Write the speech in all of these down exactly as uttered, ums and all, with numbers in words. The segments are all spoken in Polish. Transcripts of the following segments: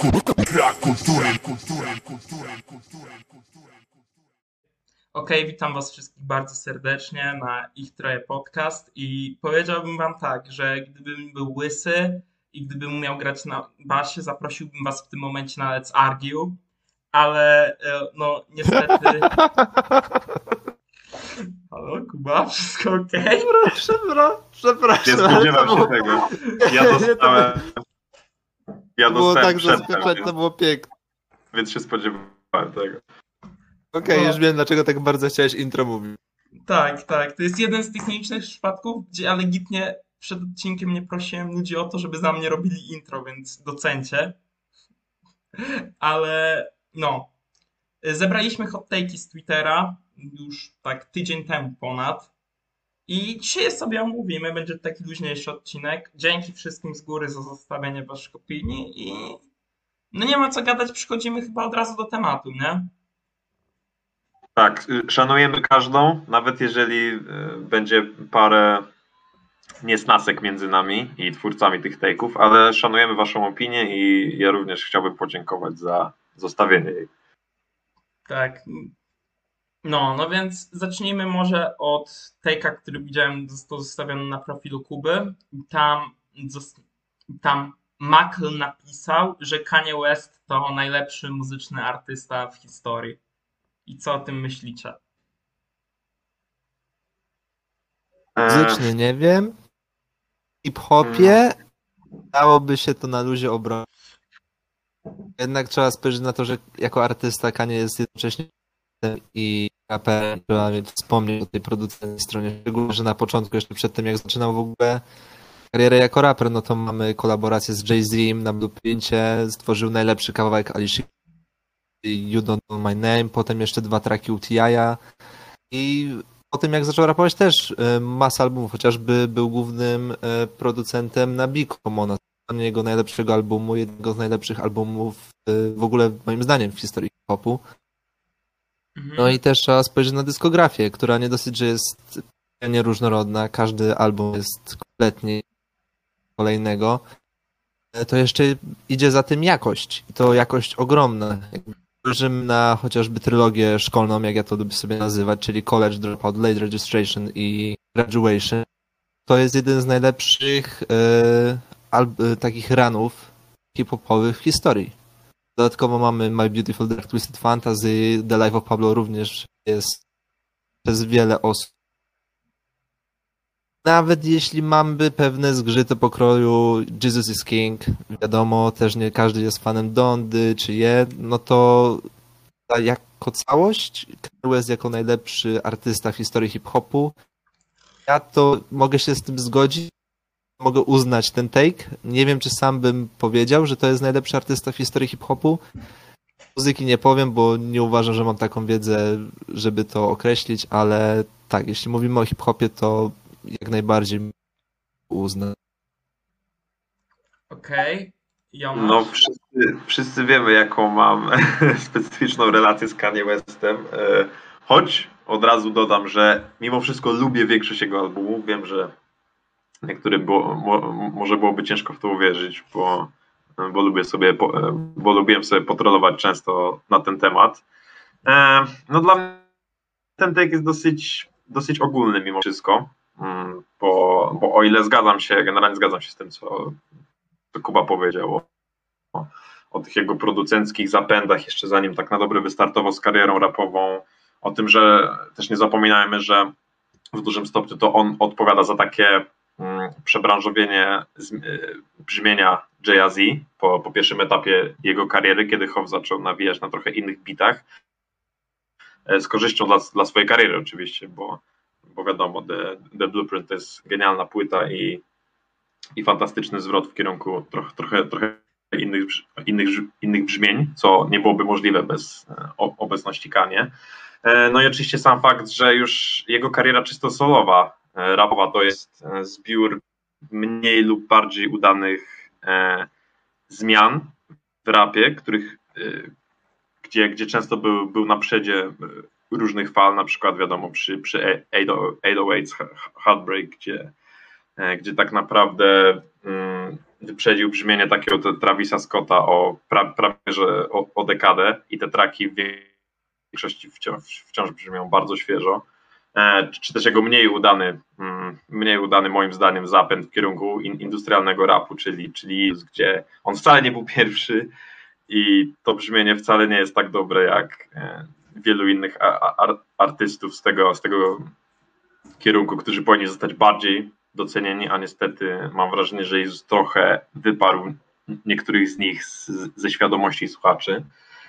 Okej, witam was wszystkich bardzo serdecznie na Ich Troje Podcast i powiedziałbym wam tak, że gdybym był łysy i gdybym miał grać na basie, zaprosiłbym was w tym momencie na Let's Argue, ale e, no niestety... Halo, Kuba, wszystko okej? Przepraszam, przepraszam. Nie spodziewam się tego. Ja dostałem... Ja To było dostałem tak przedtem, zaskoczone, to więc, było piękne. więc się spodziewałem tego. Okej, No. już wiem, dlaczego tak bardzo chciałeś intro mówić. Tak, tak. To jest jeden z tych nielicznych przypadków, gdzie ale legitnie przed odcinkiem nie prosiłem ludzi o to, żeby za mnie robili intro, więc docencie. Ale no, zebraliśmy hot take'i z Twittera już tak tydzień temu ponad i dzisiaj je sobie omówimy. Będzie to taki luźniejszy odcinek. Dzięki wszystkim z góry za zostawienie waszych opinii i no nie ma co gadać, przechodzimy chyba od razu do tematu, nie? Tak, y, szanujemy każdą, nawet jeżeli y, będzie parę niesnasek między nami i twórcami tych take'ów, ale szanujemy waszą opinię i ja również chciałbym podziękować za zostawienie jej. Tak. No, no więc zacznijmy może od take'a, który widziałem, został zostawiony na profilu Kuby. Tam, zos- tam Makl napisał, że Kanye West to najlepszy muzyczny artysta w historii. I co o tym myślicie? E, Muzycznie nie wiem. W hip-hopie dałoby się to na luzie obronić. Jednak trzeba spojrzeć na to, że jako artysta Kanye jest jednocześnie i raperem. Trzeba wspomnieć o tej producencji stronie. Szczególnie, że na początku, jeszcze przed tym jak zaczynał w ogóle karierę jako raper, no to mamy kolaborację z Jay-Z na Blueprincie, stworzył najlepszy kawałek Alicia You Don't Know My Name, potem jeszcze dwa traki u T I i po tym jak zaczął rapować też y, masa albumów, chociażby był głównym y, producentem na Big Commona, jego najlepszego albumu, jednego z najlepszych albumów y, w ogóle moim zdaniem w historii hip-hopu. Mhm. No i też trzeba spojrzeć na dyskografię, która nie dosyć, że jest nieróżnorodna, każdy album jest kompletnie kolejnego, to jeszcze idzie za tym jakość. I to jakość ogromna. Jak spojrzymy na chociażby trylogię szkolną, jak ja to lubię sobie nazywać, czyli College Dropout, Late Registration i Graduation, to jest jeden z najlepszych e, al- e, takich runów hip-hopowych w historii. Dodatkowo mamy My Beautiful Dark Twisted Fantasy, The Life of Pablo również jest przez wiele osób. Nawet jeśli mamy pewne zgrzyty pokroju Jesus is King, wiadomo, też nie każdy jest fanem Dondy czy Je, no to jako całość, Kanye West jako najlepszy artysta w historii hip-hopu, ja to mogę się z tym zgodzić, mogę uznać ten take. Nie wiem, czy sam bym powiedział, że to jest najlepszy artysta w historii hip-hopu. Muzyki nie powiem, bo nie uważam, że mam taką wiedzę, żeby to określić, ale tak, jeśli mówimy o hip-hopie, to jak najbardziej uznać. Okej. Jonasz? No, wszyscy, wszyscy wiemy, jaką mam specyficzną relację z Kanye Westem. E, Choć od razu dodam, że mimo wszystko lubię większość jego albumów. Wiem, że niektórym było, mo, może byłoby ciężko w to uwierzyć, bo, bo lubię sobie, po- bo lubiłem sobie potrolować często na ten temat. E, No dla mnie ten take jest dosyć, dosyć ogólny mimo wszystko, Mm, bo, bo o ile zgadzam się, generalnie zgadzam się z tym, co, co Kuba powiedział o, o tych jego producenckich zapędach, jeszcze zanim tak na dobre wystartował z karierą rapową, o tym, że też nie zapominajmy, że w dużym stopniu to on odpowiada za takie mm, przebranżowienie z, y, brzmienia Jay-Z po, po pierwszym etapie jego kariery, kiedy Hoff zaczął nawijać na trochę innych bitach, e, z korzyścią dla, dla swojej kariery oczywiście, bo, bo wiadomo, The, The Blueprint to jest genialna płyta i, i fantastyczny zwrot w kierunku trochę, trochę, trochę innych, brz- innych, innych brzmień, co nie byłoby możliwe bez e, o- obecności Kanye. E, No i oczywiście sam fakt, że już jego kariera czysto solowa, e, rapowa, to jest e, zbiór mniej lub bardziej udanych e, zmian w rapie, których, e, gdzie, gdzie często był, był na przedzie e, różnych fal, na przykład wiadomo przy, przy osiemset osiem Heartbreak, gdzie, e, gdzie tak naprawdę mm, wyprzedził brzmienie takiego Travisa Scotta o pra, prawie że o, o dekadę i te traki w większości wciąż, wciąż brzmią bardzo świeżo. E, czy też jego mniej udany, mm, mniej udany moim zdaniem zapęd w kierunku in, industrialnego rapu, czyli, czyli gdzie on wcale nie był pierwszy i to brzmienie wcale nie jest tak dobre jak e, wielu innych a, a, artystów z tego, z tego kierunku, którzy powinni zostać bardziej docenieni, a niestety mam wrażenie, że już trochę wyparł niektórych z nich z, ze świadomości słuchaczy.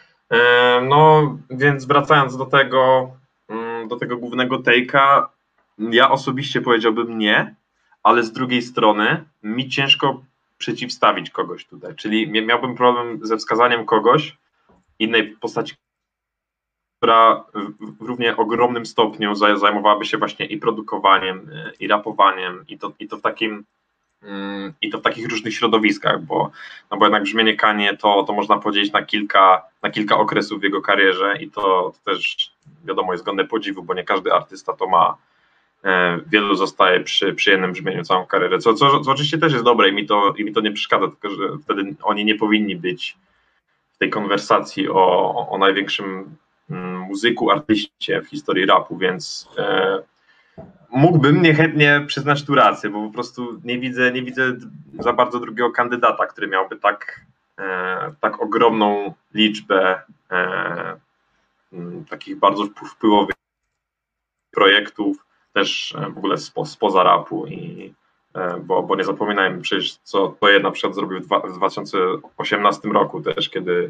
No więc wracając do tego, do tego głównego take'a, ja osobiście powiedziałbym nie, ale z drugiej strony mi ciężko przeciwstawić kogoś tutaj, czyli miałbym problem ze wskazaniem kogoś, innej postaci, która w równie ogromnym stopniu zajmowałaby się właśnie i produkowaniem, i rapowaniem, i to, i to w takim i to w takich różnych środowiskach, bo, no bo jednak brzmienie Kanie to, to można podzielić na kilka, na kilka okresów w jego karierze i to, to też wiadomo jest godne podziwu, bo nie każdy artysta to ma. Wielu zostaje przy, przy jednym brzmieniu całą karierę, co, co, co oczywiście też jest dobre i mi, to, i mi to nie przeszkadza, tylko że wtedy oni nie powinni być w tej konwersacji o, o największym muzyku, artyście w historii rapu, więc e, mógłbym niechętnie przyznać tu rację, bo po prostu nie widzę, nie widzę za bardzo drugiego kandydata, który miałby tak, e, tak ogromną liczbę e, m, takich bardzo wpływowych projektów, też w ogóle spo, spoza rapu, i, e, bo, bo nie zapominajmy przecież, co to na przykład zrobił w, dwa, w dwa tysiące osiemnastym roku też, kiedy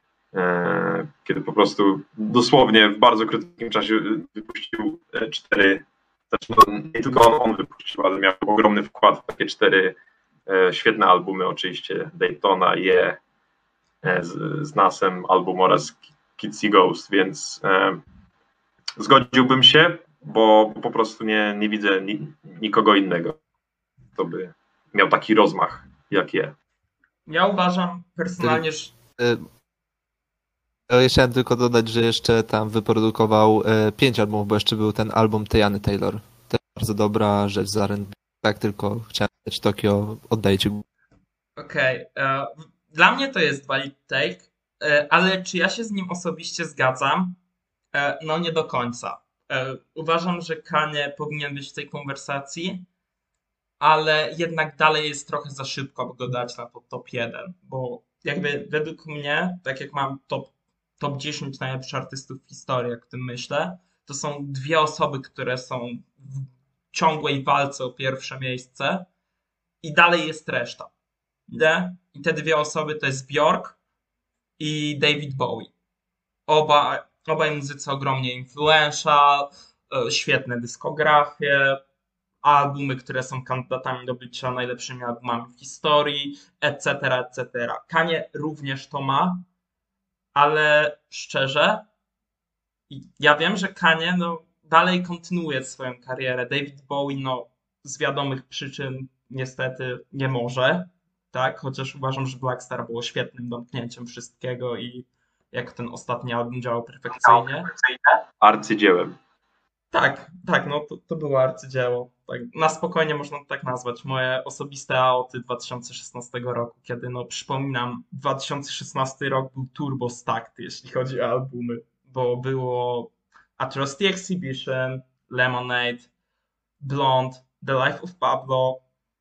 kiedy po prostu dosłownie w bardzo krótkim czasie wypuścił cztery, znaczy no, nie tylko on, on wypuścił, ale miał ogromny wkład w takie cztery e, świetne albumy, oczywiście Daytona, Je, e, z, z Nasem album oraz Kids Ghost, więc e, zgodziłbym się, bo po prostu nie, nie widzę ni, nikogo innego, kto by miał taki rozmach jak Je. Ja uważam personalnie, że Ja chciałem tylko dodać, że jeszcze tam wyprodukował e, pięć albumów, bo jeszcze był ten album Teyany Taylor. To jest bardzo dobra rzecz z R and B. Tak tylko chciałem dać Tokio, oddajcie. Okej, okay. Dla mnie to jest valid take, e, ale czy ja się z nim osobiście zgadzam? E, no nie do końca. E, uważam, że Kanye powinien być w tej konwersacji, ale jednak dalej jest trochę za szybko, by go dać na to top jeden, bo jakby według mnie, tak jak mam top top dziesięć najlepszych artystów w historii, jak o tym myślę, to są dwie osoby, które są w ciągłej walce o pierwsze miejsce i dalej jest reszta. Nie? I te dwie osoby to jest Björk i David Bowie. Oba, obaj muzycy ogromnie influential, świetne dyskografie, albumy, które są kandydatami do bycia najlepszymi albumami w historii, et cetera, et cetera. Kanye również to ma, ale szczerze, ja wiem, że Kanye no, dalej kontynuuje swoją karierę. David Bowie no, z wiadomych przyczyn niestety nie może, tak? Chociaż uważam, że Black Star było świetnym domknięciem wszystkiego i jak ten ostatni album działał perfekcyjnie. Arcydziełem. Tak, tak, no to, to było arcydzieło. Tak, na spokojnie można to tak nazwać. Moje osobiste aoty dwa tysiące szesnastego roku, kiedy, no przypominam, dwa tysiące szesnasty rok był turbo stacked, jeśli chodzi o albumy, bo było Atrocity Exhibition, Lemonade, Blonde, The Life of Pablo,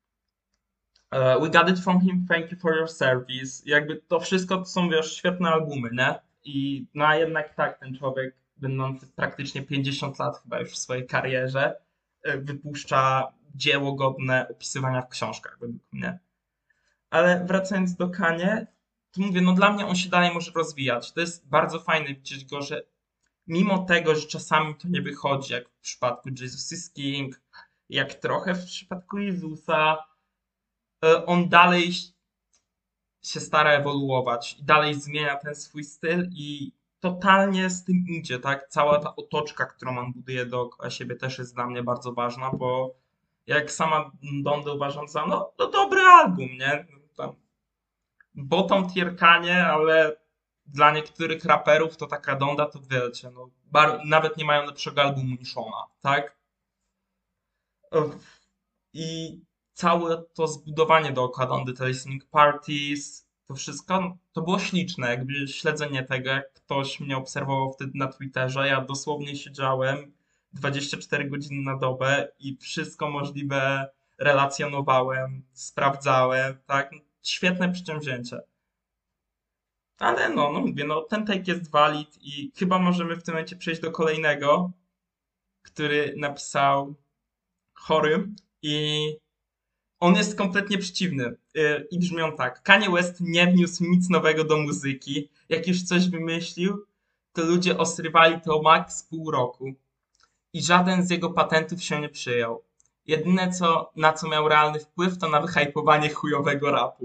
uh, We Got It From Him, Thank You For Your Service. Jakby to wszystko to są, wiesz, świetne albumy, nie? I no a jednak tak, ten człowiek, będący praktycznie pięćdziesiąt lat chyba już w swojej karierze, wypuszcza dzieło godne opisywania w książkach, według mnie. Ale wracając do Kanye, to mówię, no dla mnie on się dalej może rozwijać. To jest bardzo fajne widzieć go, że mimo tego, że czasami to nie wychodzi, jak w przypadku Jesus is King, jak trochę w przypadku Jezusa, on dalej się stara ewoluować i dalej zmienia ten swój styl i totalnie z tym idzie, tak? Cała ta otoczka, którą on buduje dookoła siebie też jest dla mnie bardzo ważna, bo jak sama Donda uważam za, no to dobry album, nie? Tam bottom tier Kanye, ale dla niektórych raperów to taka Donda to wiecie, no bar- nawet nie mają lepszego albumu niż ona, tak? I całe to zbudowanie dookoła Don't the Listening Parties, to wszystko, no, to było śliczne, jakby śledzenie tego, jak ktoś mnie obserwował wtedy na Twitterze, ja dosłownie siedziałem dwadzieścia cztery godziny na dobę i wszystko możliwe relacjonowałem, sprawdzałem, tak, świetne przedsięwzięcie. Ale no, no mówię, no ten take jest valid i chyba możemy w tym momencie przejść do kolejnego, który napisał Chory i on jest kompletnie przeciwny. Yy, I brzmi on tak. Kanye West nie wniósł nic nowego do muzyki. Jak już coś wymyślił, to ludzie osrywali to max pół roku. I żaden z jego patentów się nie przyjął. Jedyne, co, na co miał realny wpływ, to na wyhypowanie chujowego rapu.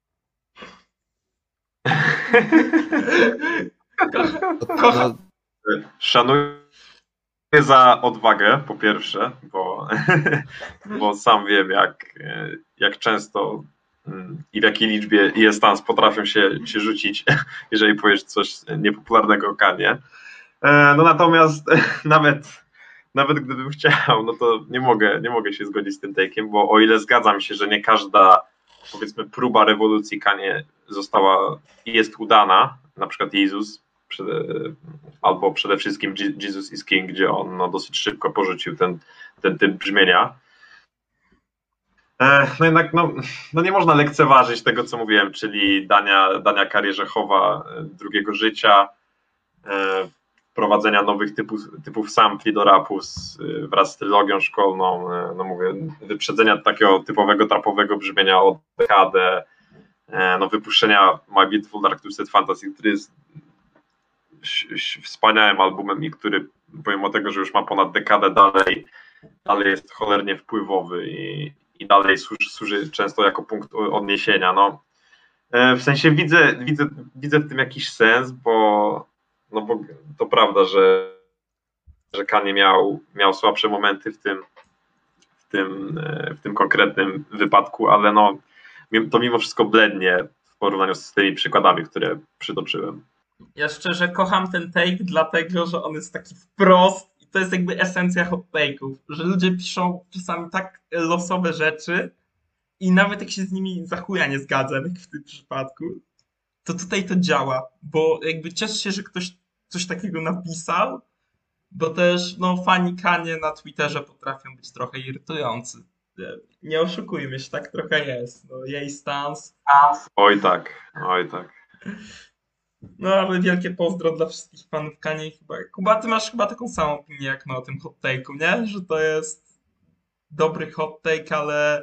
Ko- kocha- No, Szanuję za odwagę, po pierwsze, bo, bo sam wiem, jak, jak często mm, i w jakiej liczbie i stans potrafią się, się rzucić, jeżeli powiesz coś niepopularnego o Kanie. E, No natomiast nawet, nawet gdybym chciał, no to nie mogę, nie mogę się zgodzić z tym take'iem, bo o ile zgadzam się, że nie każda, powiedzmy, próba rewolucji Kanie została i jest udana, na przykład Jezus, przede, albo przede wszystkim Jesus is King, gdzie on no, dosyć szybko porzucił ten, ten typ brzmienia. E, No jednak no, no nie można lekceważyć tego, co mówiłem, czyli dania, dania karierze Chowa drugiego życia, e, wprowadzenia nowych typów, typów sampli do rapu z, wraz z trylogią szkolną, e, no mówię, wyprzedzenia takiego typowego trapowego brzmienia o dekadę, e, no wypuszczenia My Beautiful Dark Twisted Fantasy, który jest wspaniałym albumem i który pomimo tego, że już ma ponad dekadę dalej, dalej jest cholernie wpływowy i, i dalej służy, służy często jako punkt odniesienia. No, w sensie widzę, widzę, widzę w tym jakiś sens, bo, no bo to prawda, że, że Kanye miał, miał słabsze momenty w tym, w tym, w tym konkretnym wypadku, ale no, to mimo wszystko blednie w porównaniu z tymi przykładami, które przytoczyłem. Ja szczerze kocham ten take, dlatego że on jest taki wprost i to jest jakby esencja hot take'ów, że ludzie piszą czasami tak losowe rzeczy i nawet jak się z nimi za chuja nie zgadzam, jak w tym przypadku, to tutaj to działa, bo jakby cieszę się, że ktoś coś takiego napisał, bo też no fani Kanie na Twitterze potrafią być trochę irytujący. Nie oszukujmy się, tak trochę jest. No, jej stans. Oj tak, oj tak. No ale wielkie pozdro dla wszystkich fanów Kanie. Chyba, Kuba, ty masz chyba taką samą opinię jak my o tym hot take'u, nie? Że to jest dobry hot take, ale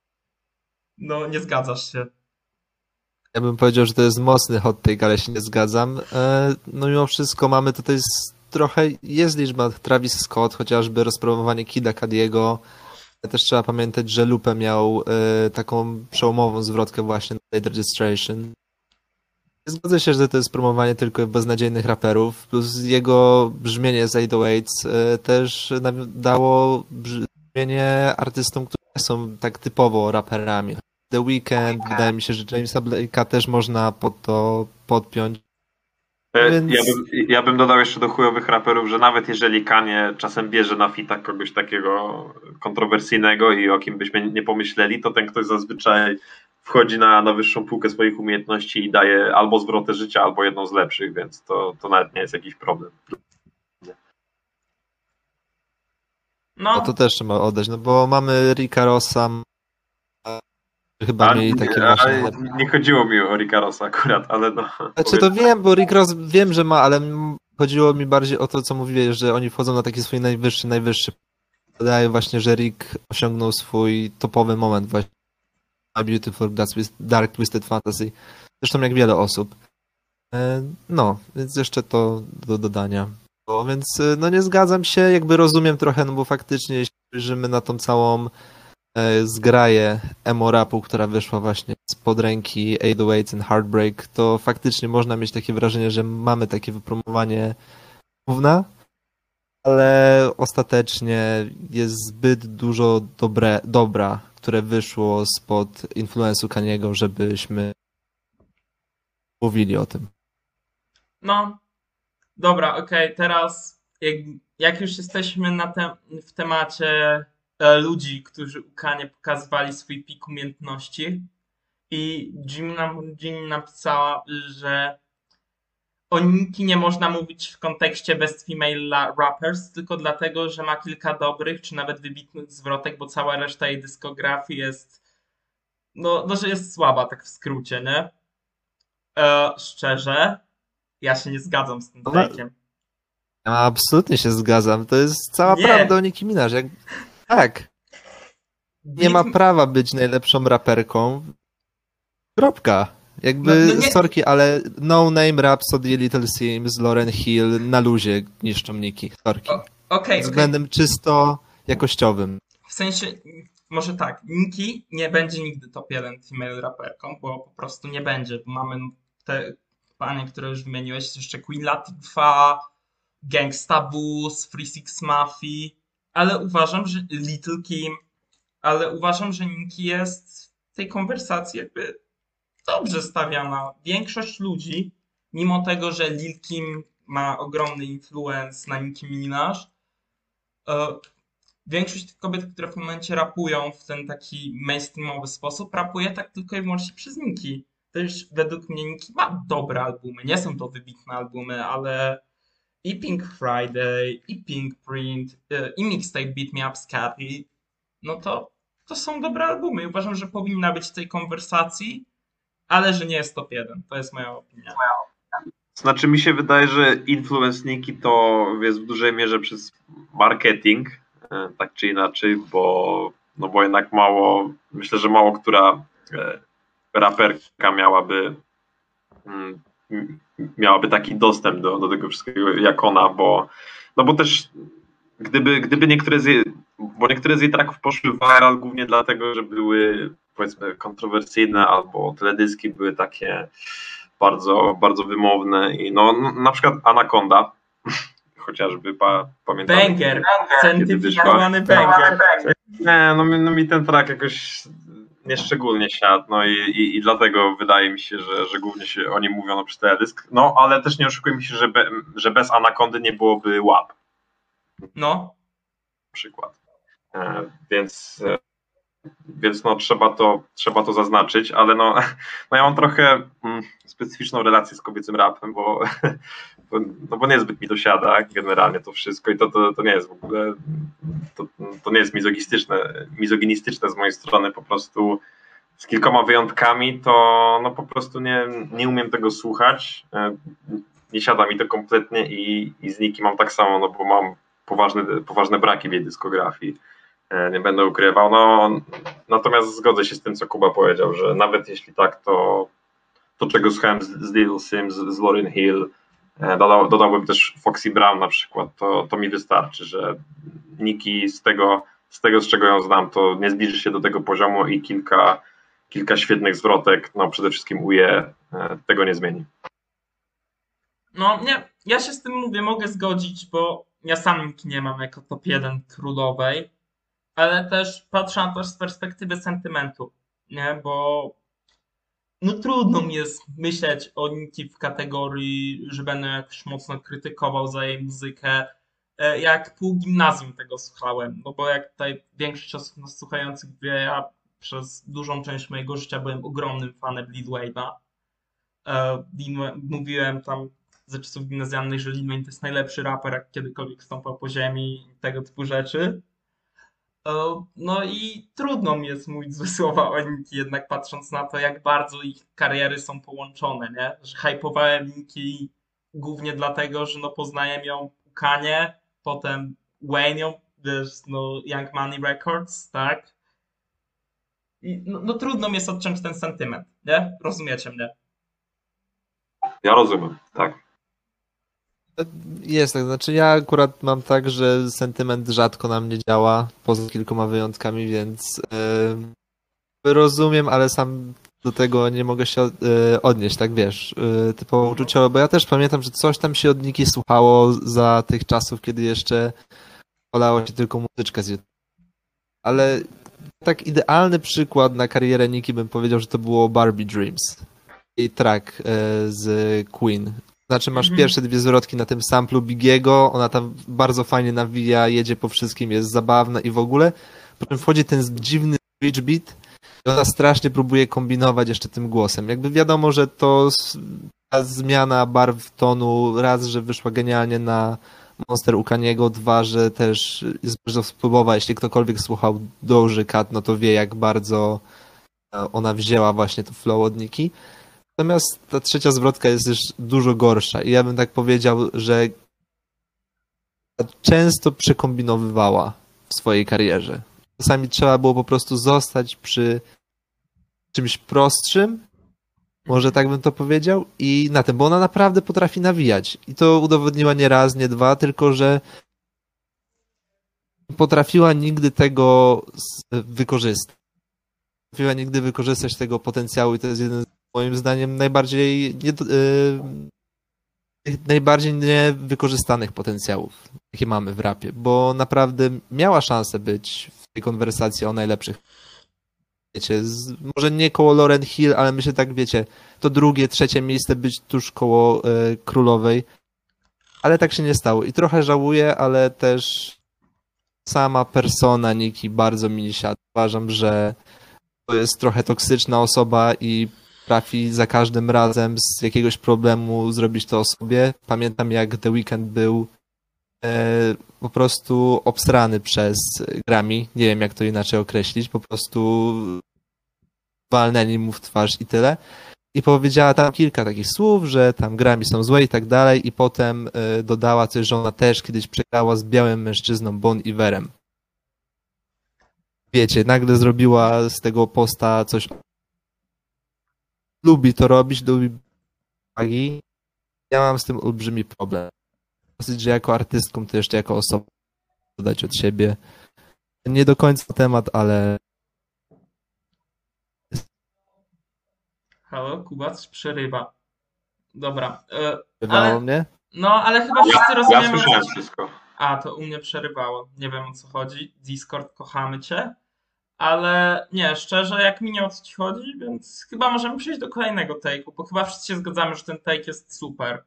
no nie zgadzasz się. ja bym powiedział, że to jest mocny hot take, ale się nie zgadzam. E, No mimo wszystko mamy tutaj s- trochę, jest liczba Travis Scott, chociażby rozpromowanie Kida Cadiego. Też trzeba pamiętać, że Lupe miał e, taką przełomową zwrotkę właśnie na Late Registration. Nie zgodzę się, że to jest promowanie tylko beznadziejnych raperów, plus jego brzmienie z osiem sto osiem e, też dało brzmienie artystom, którzy nie są tak typowo raperami. The Weeknd, wydaje mi się, że Jamesa Blake'a też można pod to podpiąć. Więc... Ja, bym, ja bym dodał jeszcze do chujowych raperów, że nawet jeżeli Kanye czasem bierze na fita kogoś takiego kontrowersyjnego i o kim byśmy nie pomyśleli, to ten ktoś zazwyczaj wchodzi na, na wyższą półkę swoich umiejętności i daje albo zwrotę życia, albo jedną z lepszych, więc to, to nawet nie jest jakiś problem. No, No to też trzeba oddać, no bo mamy Ricka Rossa, chyba A, mieli takie a, właśnie... nie chodziło mi o Ricka Rossa akurat, ale no... Znaczy to wiem, bo Rick Ross wiem, że ma, ale m- chodziło mi bardziej o to, co mówiłeś, że oni wchodzą na taki swój najwyższy, najwyższy. Wydaje właśnie, że Rick osiągnął swój topowy moment właśnie. A Beautiful Dark Twisted Fantasy. Zresztą jak wiele osób. E, No, więc jeszcze to do dodania. No, więc e, no nie zgadzam się, jakby rozumiem trochę, no bo faktycznie jeśli spojrzymy na tą całą e, zgraję emo rapu, która wyszła właśnie spod ręki osiem sto osiem and Heartbreak, to faktycznie można mieć takie wrażenie, że mamy takie wypromowanie gówna, ale ostatecznie jest zbyt dużo dobre, dobra, które wyszło spod influensu Kaniego, żebyśmy mówili o tym. no, dobra, okej, teraz jak, jak już jesteśmy na te, w temacie e, ludzi, którzy u Kanie pokazywali swój pik umiejętności i Jim nam, Jim napisała, że o Nicki nie można mówić w kontekście best female rappers, tylko dlatego, że ma kilka dobrych, czy nawet wybitnych zwrotek, bo cała reszta jej dyskografii jest, no, no że jest słaba, tak w skrócie, nie? E, szczerze, ja się nie zgadzam z tym No, take'iem. Ja absolutnie się zgadzam. To jest cała Nie. prawda o Nicki Minaj. Jak... Tak. Nie ma prawa być najlepszą raperką. Kropka. Jakby, No, no nie- sorki, ale No Name, Rhapsody, Little Sims, Lauryn Hill na luzie niszczą Nicki. Sorki. O- Okej, okej. Względem czysto jakościowym. W sensie, może tak, Nicki nie będzie nigdy top jeden female raperką, bo po prostu nie będzie. Bo mamy te panie, które już wymieniłeś, jest jeszcze Queen Latifah, Gangsta Boos, Three Six Mafia, ale uważam, że Little Kim, ale uważam, że Nicki jest w tej konwersacji jakby dobrze stawiana. Większość ludzi, mimo tego, że Lil Kim ma ogromny influence na Nicki Minaj, e, większość tych kobiet, które w tym momencie rapują w ten taki mainstreamowy sposób, rapuje tak tylko i wyłącznie przez Nicki. Też według mnie Nicki ma dobre albumy. Nie są to wybitne albumy, ale i Pink Friday, i Pink Print, e, i Mixtape Beat Me Up Scatty, no to, to są dobre albumy. I uważam, że powinna być w tej konwersacji, ale że nie jest top jeden. To jest moja opinia. Znaczy mi się wydaje, że influence Nicki to jest w dużej mierze przez marketing, e, tak czy inaczej, bo, no bo jednak mało, myślę, że mało która e, raperka miałaby mm, miałaby taki dostęp do, do tego wszystkiego jak ona, bo no bo też gdyby, gdyby niektóre z jej, bo niektóre z jej tracków poszły viral głównie dlatego, że były powiedzmy kontrowersyjne albo teledyski były takie bardzo, bardzo wymowne i no na przykład Anaconda chociażby pa, pamiętam. Banger, certyfikowany banger. Nie, no, mi- no mi ten track jakoś nieszczególnie siadł, no i, i, i dlatego wydaje mi się, że, że głównie się o nim mówiono przy teledysk. No, ale też nie oszukujmy się, że, be, że bez Anakondy nie byłoby łap, No, na przykład. E, więc e, więc no trzeba to, trzeba to zaznaczyć, ale no, no ja mam trochę mm, specyficzną relację z kobiecym rapem, bo, bo, no bo niezbyt mi dosiada generalnie to wszystko i to, to, to nie jest w ogóle, to, to nie jest mizoginistyczne, mizoginistyczne z mojej strony, po prostu z kilkoma wyjątkami to no po prostu nie, nie umiem tego słuchać, e, nie siada mi to kompletnie i, i z Nicki mam tak samo, no bo mam poważne, poważne braki w jej dyskografii. Nie będę ukrywał. No, natomiast zgodzę się z tym, co Kuba powiedział, że nawet jeśli tak, to to, czego słuchałem z, z Little Sims, z Lauryn Hill, dodał, dodałbym też Foxy Brown na przykład, to, to mi wystarczy, że Nicki z tego, z tego, z czego ją znam, to nie zbliży się do tego poziomu i kilka, kilka świetnych zwrotek, no przede wszystkim U Je, tego nie zmieni. no nie, ja się z tym mówię, mogę zgodzić, bo ja sam Nicki nie mam jako top jeden królowej, ale też patrzę na to z perspektywy sentymentu, nie, bo no trudno mi jest myśleć o Nicki w kategorii, że będę jakoś mocno krytykował za jej muzykę, e, jak pół gimnazjum tego słuchałem, no bo jak tutaj większość osób nas słuchających wie, ja przez dużą część mojego życia byłem ogromnym fanem Lil Wayne'a. E, Lil Wayne- Mówiłem tam ze czasów gimnazjalnych, że Lil Wayne to jest najlepszy raper, jak kiedykolwiek stąpał po ziemi i tego typu rzeczy. E, No i trudno mi jest mówić złe słowa o Nicki, jednak patrząc na to, jak bardzo ich kariery są połączone, nie? Że hypowałem Nicki głównie dlatego, że no poznałem ją u Kanie, potem Wayne ją, wiesz, no Young Money Records, tak? I no, no trudno mi jest odciąć ten sentyment, nie? Rozumiecie mnie? Ja rozumiem, tak. Jest tak, znaczy ja akurat mam tak, że sentyment rzadko na mnie działa, poza kilkoma wyjątkami, więc yy, rozumiem, ale sam do tego nie mogę się yy, odnieść, tak wiesz, yy, typowo uczuciowo, bo ja też pamiętam, że coś tam się od Nicki słuchało za tych czasów, kiedy jeszcze polało się tylko muzyczkę z YouTube. Ale tak idealny przykład na karierę Nicki bym powiedział, że to było Barbie Dreams. Jej track yy, z Queen. Znaczy masz Mhm. pierwsze dwie zwrotki na tym samplu Biggiego, ona tam bardzo fajnie nawija, jedzie po wszystkim, jest zabawna i w ogóle. Po czym wchodzi ten dziwny bridge beat i ona strasznie próbuje kombinować jeszcze tym głosem. Jakby wiadomo, że to ta zmiana barw tonu, raz, że wyszła genialnie na Monster u Kaniego, dwa, że też jest bardzo wpływowa. Jeśli ktokolwiek słuchał Doży Cat, no to wie, jak bardzo ona wzięła właśnie to flow od Nicki. Natomiast ta trzecia zwrotka jest już dużo gorsza i ja bym tak powiedział, że często przekombinowywała w swojej karierze. Czasami trzeba było po prostu zostać przy czymś prostszym, może tak bym to powiedział, i na tym, bo ona naprawdę potrafi nawijać. I to udowodniła nie raz, nie dwa, tylko że nie potrafiła nigdy tego wykorzystać. Nie potrafiła nigdy wykorzystać tego potencjału i to jest jeden z, moim zdaniem, najbardziej nie, yy, najbardziej niewykorzystanych potencjałów, jakie mamy w rapie, bo naprawdę miała szansę być w tej konwersacji o najlepszych. Wiecie, z, może nie koło Lauryn Hill, ale myślę tak, wiecie, to drugie, trzecie miejsce być tuż koło y, Królowej, ale tak się nie stało i trochę żałuję, ale też sama persona Nicki bardzo mi nie siada. Uważam, że to jest trochę toksyczna osoba i trafi za każdym razem z jakiegoś problemu zrobić to o sobie. Pamiętam, jak The Weeknd był e, po prostu obsrany przez Grammy, nie wiem, jak to inaczej określić, po prostu walnęli mu w twarz i tyle. I powiedziała tam kilka takich słów, że tam Grammy są złe i tak dalej, i potem y, dodała coś, że ona też kiedyś przegrała z białym mężczyzną Bon Iverem. Wiecie, nagle zrobiła z tego posta coś. Lubi to robić, lubi uwagi. Ja mam z tym olbrzymi problem. Dosyć, że jako artystką, to jeszcze jako osobą dodać od siebie. Nie do końca temat, ale Halo, Kuba, coś przerywa. Dobra. E, bywało ale, mnie. no, ale chyba wszyscy Ja, ja rozumiemy. słyszałem wszystko. A, to u mnie przerywało. Nie wiem, o co chodzi. Discord, kochamy cię. Ale nie, szczerze, jak mi nie o co ci chodzi, więc chyba możemy przejść do kolejnego take'u, bo chyba wszyscy się zgadzamy, że ten take jest super.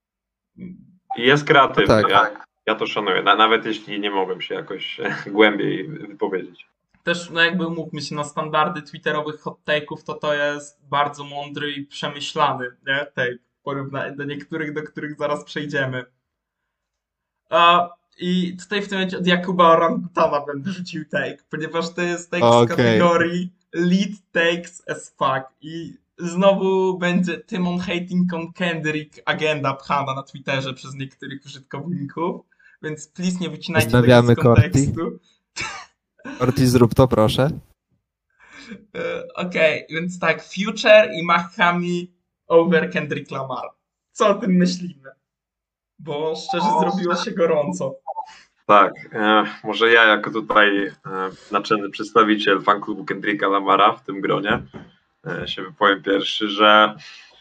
Jest kreatywny, No tak. ja, ja to szanuję, na, nawet jeśli nie mogłem się jakoś głębiej wypowiedzieć. Też, no jakby umówmy się, na standardy twitterowych hot take'ów, to to jest bardzo mądry i przemyślany, nie? Take, w porównaniu do niektórych, do których zaraz przejdziemy. A, I tutaj w tym momencie od Jakuba Orangutana będę rzucił take, ponieważ to jest take Okay. z kategorii lead takes as fuck. I znowu będzie Tymon hating on Kendrick agenda pchana na Twitterze przez niektórych użytkowników, więc please nie wycinajcie tego Pozdrawiamy z kontekstu. Orti, zrób to, proszę. E, Okej, więc tak, Future i Mahami over Kendrick Lamar. Co o tym myślimy? Bo szczerze zrobiło się gorąco. Tak, e, może ja jako tutaj e, naczelny przedstawiciel fanklubu Kendricka Lamara w tym gronie e, się wypowiem pierwszy, że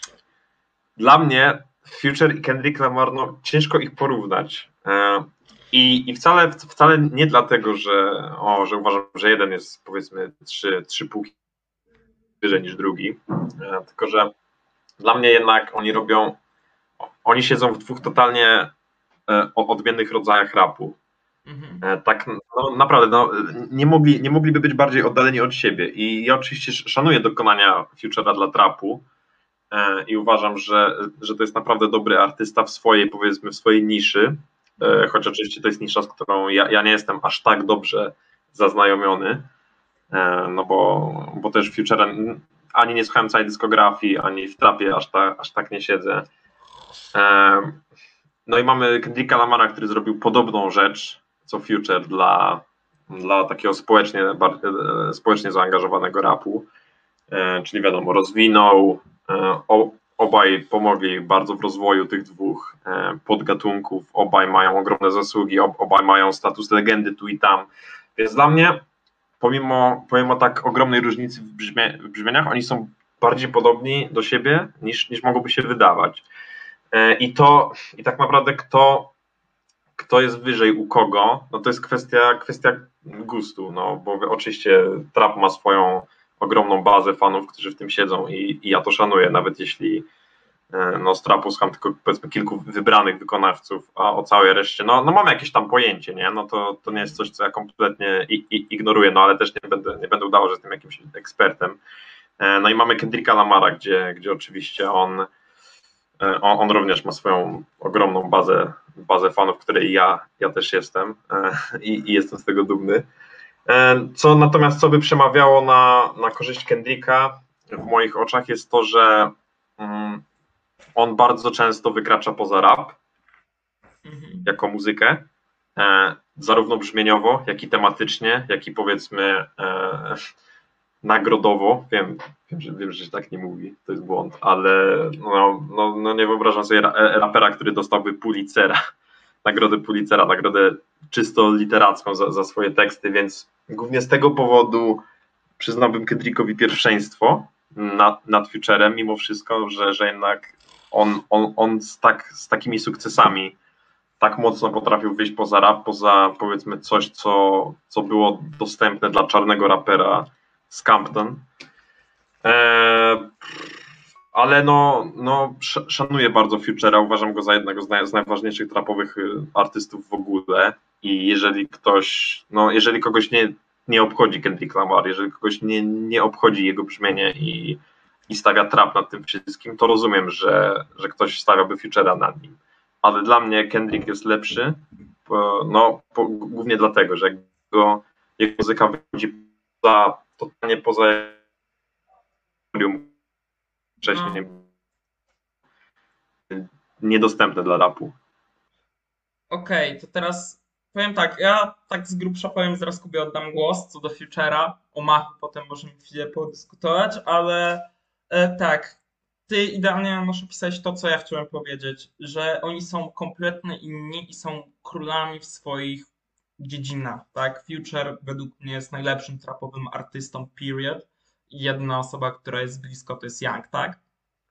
dla mnie Future i Kendrick Lamar, no ciężko ich porównać. E, i, I wcale, wcale nie dlatego, że, o, że uważam, że jeden jest powiedzmy trzy, trzy półki wyżej niż drugi, e, tylko że dla mnie jednak oni robią, oni siedzą w dwóch totalnie e, odmiennych rodzajach rapu. Mhm. Tak, no naprawdę, no, nie, mogli, nie mogliby być bardziej oddaleni od siebie. I ja oczywiście szanuję dokonania Future'a dla trapu e, i uważam, że, że to jest naprawdę dobry artysta w swojej, powiedzmy, w swojej niszy, e, choć oczywiście to jest nisza, z którą ja, ja nie jestem aż tak dobrze zaznajomiony, e, no bo, bo też Future'a ani nie słuchałem całej dyskografii, ani w trapie aż, ta, aż tak nie siedzę. E, no i mamy Kendricka Lamara, który zrobił podobną rzecz co Future dla, dla takiego społecznie, społecznie zaangażowanego rapu, e, czyli wiadomo, rozwinął, e, o, obaj pomogli bardzo w rozwoju tych dwóch e, podgatunków, obaj mają ogromne zasługi, ob, obaj mają status legendy tu i tam, więc dla mnie pomimo, pomimo tak ogromnej różnicy w, brzmie, w brzmieniach, oni są bardziej podobni do siebie niż, niż mogłoby się wydawać. E, i to, i tak naprawdę kto Kto jest wyżej u kogo, no to jest kwestia, kwestia gustu, no bo oczywiście trap ma swoją ogromną bazę fanów, którzy w tym siedzą i, i ja to szanuję, nawet jeśli no z trapu słucham tylko powiedzmy kilku wybranych wykonawców, a o całej reszcie, no, no mam jakieś tam pojęcie, nie? No to, to nie jest coś, co ja kompletnie i, i, ignoruję, no ale też nie będę, nie będę udawał, że jestem jakimś ekspertem. No i mamy Kendricka Lamara, gdzie, gdzie oczywiście on, on, on również ma swoją ogromną bazę, bazę fanów, której ja, ja też jestem i, i jestem z tego dumny. Co natomiast co by przemawiało na, na korzyść Kendricka w moich oczach jest to, że um, on bardzo często wykracza poza rap mhm. jako muzykę, e, zarówno brzmieniowo, jak i tematycznie, jak i powiedzmy e, nagrodowo. Wiem, wiem, że, wiem, że się tak nie mówi, to jest błąd, ale no, no, no nie wyobrażam sobie rapera, który dostałby Pulitzera, nagrodę Pulitzera, nagrodę czysto literacką za, za swoje teksty, więc głównie z tego powodu przyznałbym Kendrickowi pierwszeństwo nad, nad Futurem, mimo wszystko, że, że jednak on, on, on z, tak, z takimi sukcesami tak mocno potrafił wyjść poza rap, poza powiedzmy coś, co, co było dostępne dla czarnego rapera z Compton. Eee, ale no, no szanuję bardzo Futura, uważam go za jednego z, naj, z najważniejszych trapowych artystów w ogóle i jeżeli ktoś, no jeżeli kogoś nie, nie obchodzi Kendrick Lamar, jeżeli kogoś nie, nie obchodzi jego brzmienie i, i stawia trap nad tym wszystkim, to rozumiem, że, że ktoś stawiałby Futura nad nim. Ale dla mnie Kendrick jest lepszy, no po, głównie dlatego, że jego, jego muzyka wychodzi poza, totalnie poza wcześniej no. niedostępne dla rapu. Okej, okay, to teraz powiem tak, ja tak z grubsza powiem, zaraz Kubie oddam głos co do Futura, o Machu potem możemy chwilę podyskutować, ale e, tak, ty idealnie masz opisać to, co ja chciałem powiedzieć, że oni są kompletnie inni i są królami w swoich dziedzinach, tak? Future według mnie jest najlepszym trapowym artystą, period. I jedna osoba, która jest blisko, to jest Young, tak?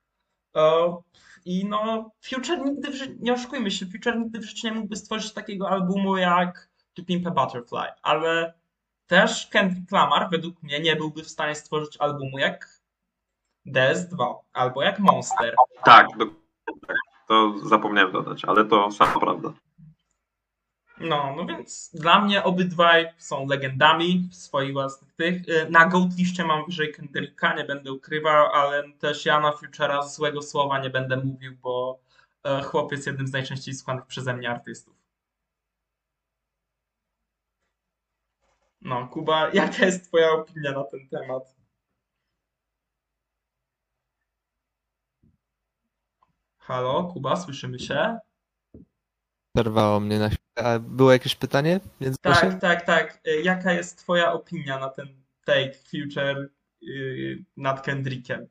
I no, Future nigdy, w ży- nie oszukujmy się, Future nigdy w życiu nie mógłby stworzyć takiego albumu jak To Pimp a Butterfly, ale też Kendrick Lamar według mnie nie byłby w stanie stworzyć albumu jak D S dwa albo jak Monster. Tak, to zapomniałem dodać, ale to sama prawda. No, no więc dla mnie obydwaj są legendami swoich własnych tych. Na Goat liście mam wyżej Kendricka, nie będę ukrywał, ale też ja na Futura złego słowa nie będę mówił, bo chłop jest jednym z najczęściej słuchanych przeze mnie artystów. No, Kuba, jaka jest twoja opinia na ten temat? Halo, Kuba, słyszymy się? Przerwało mnie na chwilę. A było jakieś pytanie? Więc tak, proszę? tak, tak. Jaka jest twoja opinia na ten take Future yy, nad Kendrickiem?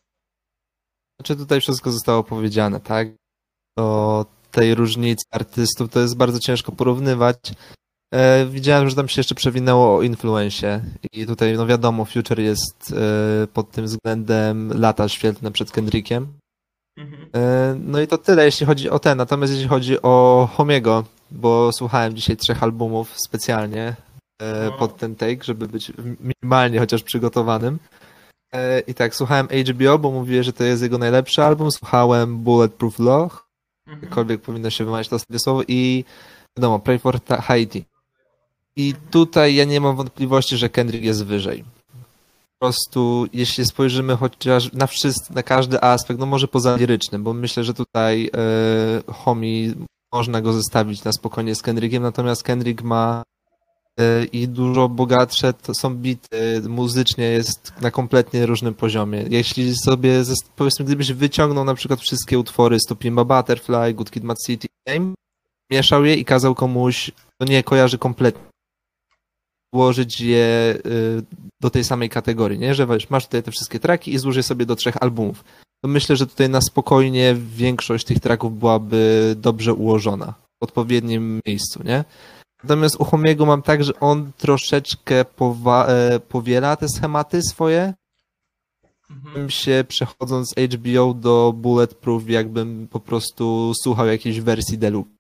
Znaczy tutaj wszystko zostało powiedziane, tak? Do tej różnicy artystów to jest bardzo ciężko porównywać. E, widziałem, że tam się jeszcze przewinęło o influencie i tutaj no wiadomo, Future jest e, pod tym względem lata świetlne przed Kendrickiem. Mhm. E, no i to tyle, jeśli chodzi o ten. Natomiast jeśli chodzi o Homiego, bo słuchałem dzisiaj trzech albumów specjalnie e, No. pod ten take, żeby być minimalnie chociaż przygotowanym. E, I tak, słuchałem H B O, bo mówię, że to jest jego najlepszy album. Słuchałem Bulletproof Law, Mhm. jakkolwiek powinno się wymawiać to ostatnie słowo, i wiadomo, Pray for Ta- Haiti. I tutaj ja nie mam wątpliwości, że Kendrick jest wyżej. Po prostu, jeśli spojrzymy chociaż na wszystko, na każdy aspekt, no może poza lirycznym, bo myślę, że tutaj e, Homie można go zestawić na spokojnie z Kendrickiem, natomiast Kendrick ma e, i dużo bogatsze to są bity, muzycznie jest na kompletnie różnym poziomie. Jeśli sobie, powiedzmy, gdybyś wyciągnął na przykład wszystkie utwory z To Pimp a Butterfly, Good Kid, Mad City, Game, mieszał je i kazał komuś, to nie kojarzy kompletnie, włożyć je do tej samej kategorii, nie? Że wiesz, masz tutaj te wszystkie traki i złóż je sobie do trzech albumów. To myślę, że tutaj na spokojnie większość tych traków byłaby dobrze ułożona w odpowiednim miejscu, nie? Natomiast u Homiego mam tak, że on troszeczkę powa- powiela te schematy swoje. Mhm. Się przechodząc z H B O do Bulletproof, jakbym po prostu słuchał jakiejś wersji deluxe.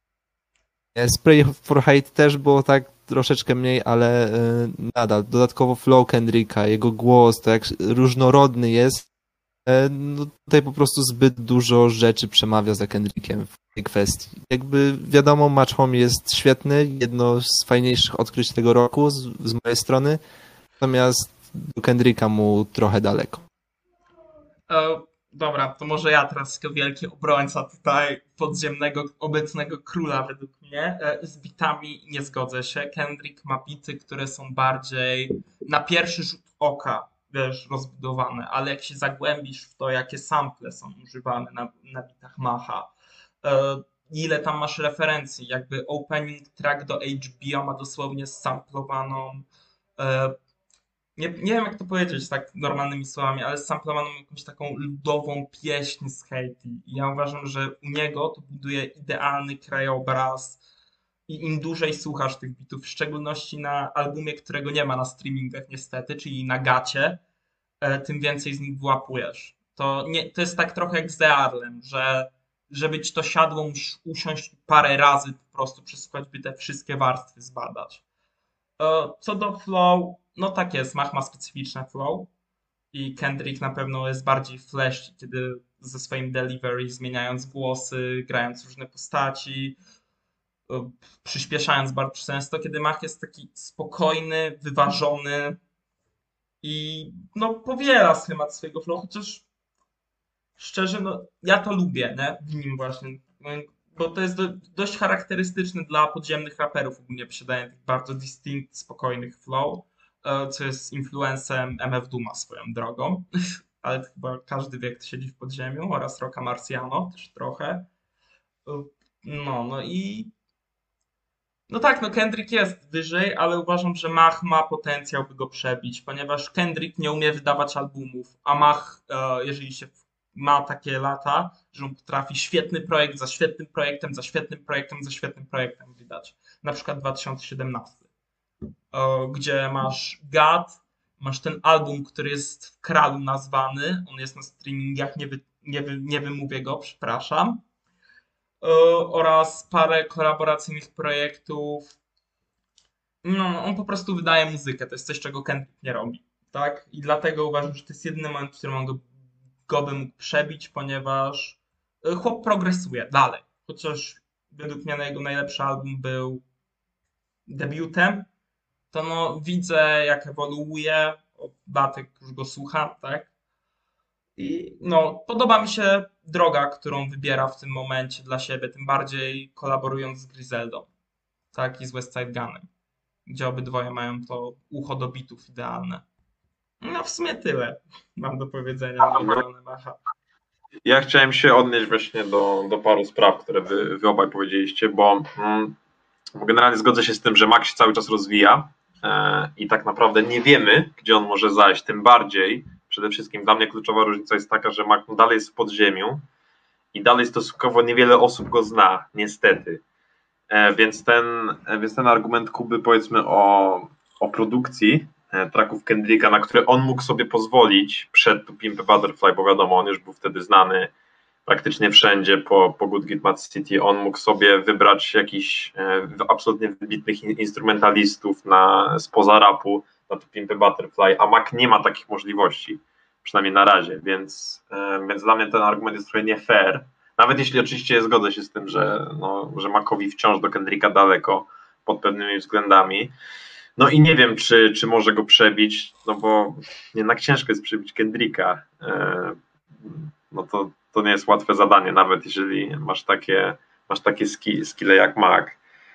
Spray for Hate też było tak troszeczkę mniej, ale nadal. Dodatkowo flow Kendricka, jego głos, to jak różnorodny jest, E, No tutaj po prostu zbyt dużo rzeczy przemawia za Kendrickiem w tej kwestii. Jakby wiadomo, Match Home jest świetny, jedno z fajniejszych odkryć tego roku z, z mojej strony, natomiast do Kendricka mu trochę daleko. E, dobra, to może ja teraz jako wielki obrońca tutaj podziemnego, obecnego króla według mnie. E, z bitami nie zgodzę się. Kendrick ma bity, które są bardziej na pierwszy rzut oka, wiesz, rozbudowane, ale jak się zagłębisz w to, jakie sample są używane na, na bitach Macha, e, ile tam masz referencji, jakby opening track do H B O ma dosłownie samplowaną e, nie, nie wiem jak to powiedzieć tak normalnymi słowami, ale samplowaną jakąś taką ludową pieśń z Haiti. I ja uważam, że u niego to buduje idealny krajobraz i im dłużej słuchasz tych bitów, w szczególności na albumie, którego nie ma na streamingach niestety, czyli na gacie, e, tym więcej z nich wyłapujesz. To, nie, to jest tak trochę jak z The Arlem, że żeby ci to siadło, musisz usiąść parę razy po prostu przesłuchać, by te wszystkie warstwy zbadać. E, Co do flow, no tak jest, Mach ma specyficzne flow i Kendrick na pewno jest bardziej flashy, kiedy ze swoim delivery zmieniając głosy, grając różne postaci, e, przyspieszając bardzo często, kiedy Mach jest taki spokojny, wyważony i no powiela schemat swojego flow, chociaż szczerze, no ja to lubię, nie? W nim właśnie, no, bo to jest do, dość charakterystyczne dla podziemnych raperów, ogólnie posiadanie tych bardzo distinct, spokojnych flow, e, co jest influencem M F Dooma swoją drogą, ale to chyba każdy wie, kto siedzi w podziemiu, oraz Rocka Marciano też trochę. E, No, no i no tak, no Kendrick jest wyżej, ale uważam, że Mach ma potencjał, by go przebić, ponieważ Kendrick nie umie wydawać albumów, a Mach, e, jeżeli się w- ma takie lata, że on potrafi świetny projekt za świetnym projektem, za świetnym projektem, za świetnym projektem wydać. Na przykład dwa tysiące siedemnasty, e, gdzie masz God, masz ten album, który jest w Kralu nazwany, on jest na streamingach, nie, wy, nie, wy, nie wymówię go, przepraszam, e, oraz parę kolaboracyjnych projektów. No, on po prostu wydaje muzykę, to jest coś, czego Kendrick nie robi, tak? I dlatego uważam, że to jest jedyny moment, w którym on go, go by mógł przebić, ponieważ e, chłop progresuje dalej. Chociaż według mnie jego najlepszy album był debiutem, to no widzę jak ewoluuje, od latek już go słucham, tak? I no, podoba mi się droga, którą wybiera w tym momencie dla siebie, tym bardziej kolaborując z Griseldą, tak? I z Westside Gunem, gdzie obydwoje mają to ucho do bitów idealne. No w sumie tyle mam do powiedzenia na obronę Macha. Ja chciałem się odnieść właśnie do, do paru spraw, które wy, wy obaj powiedzieliście, bo mm, generalnie zgodzę się z tym, że Mac się cały czas rozwija e, i tak naprawdę nie wiemy, gdzie on może zajść, tym bardziej przede wszystkim dla mnie kluczowa różnica jest taka, że Mac dalej jest w podziemiu i dalej stosunkowo niewiele osób go zna, niestety. E, więc, ten, e, więc ten argument Kuby, powiedzmy o, o produkcji e, tracków Kendricka, na które on mógł sobie pozwolić przed To Pimp a Butterfly, bo wiadomo, on już był wtedy znany praktycznie wszędzie po, po Good Kid, Mad City, on mógł sobie wybrać jakichś e, absolutnie wybitnych in, instrumentalistów na, spoza rapu na To Pimp a Butterfly, a Mac nie ma takich możliwości, przynajmniej na razie, więc, e, więc dla mnie ten argument jest trochę nie fair. Nawet jeśli oczywiście zgodzę się z tym, że, no, że Macowi wciąż do Kendricka daleko pod pewnymi względami. No i nie wiem, czy, czy może go przebić, no bo jednak ciężko jest przebić Kendricka. E, No to, to nie jest łatwe zadanie, nawet jeżeli masz takie, masz takie ski, skille jak Mac.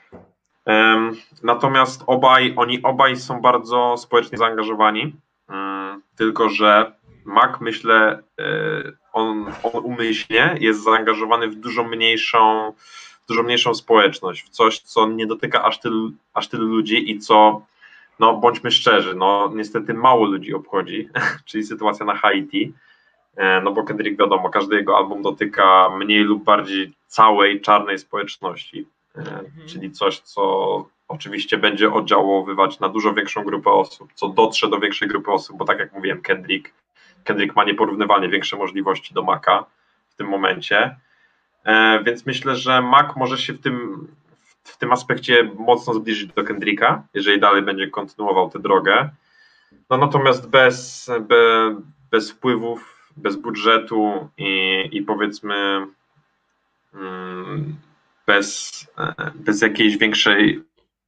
Um, natomiast obaj, oni obaj są bardzo społecznie zaangażowani, um, tylko że Mac, myślę, on, on umyślnie jest zaangażowany w dużo mniejszą, dużo mniejszą społeczność, w coś, co nie dotyka aż tylu, aż tylu ludzi i co, no bądźmy szczerzy, no niestety mało ludzi obchodzi, czyli sytuacja na Haiti, no bo Kendrick, wiadomo, każdy jego album dotyka mniej lub bardziej całej czarnej społeczności, mhm. czyli coś, co oczywiście będzie oddziaływać na dużo większą grupę osób, co dotrze do większej grupy osób, bo tak jak mówiłem, Kendrick Kendrick ma nieporównywalnie większe możliwości do Maca w tym momencie, e, więc myślę, że Mac może się w tym, w tym aspekcie mocno zbliżyć do Kendricka, jeżeli dalej będzie kontynuował tę drogę. No natomiast bez, be, bez wpływów bez budżetu i, i powiedzmy mm, bez, bez jakiejś większej...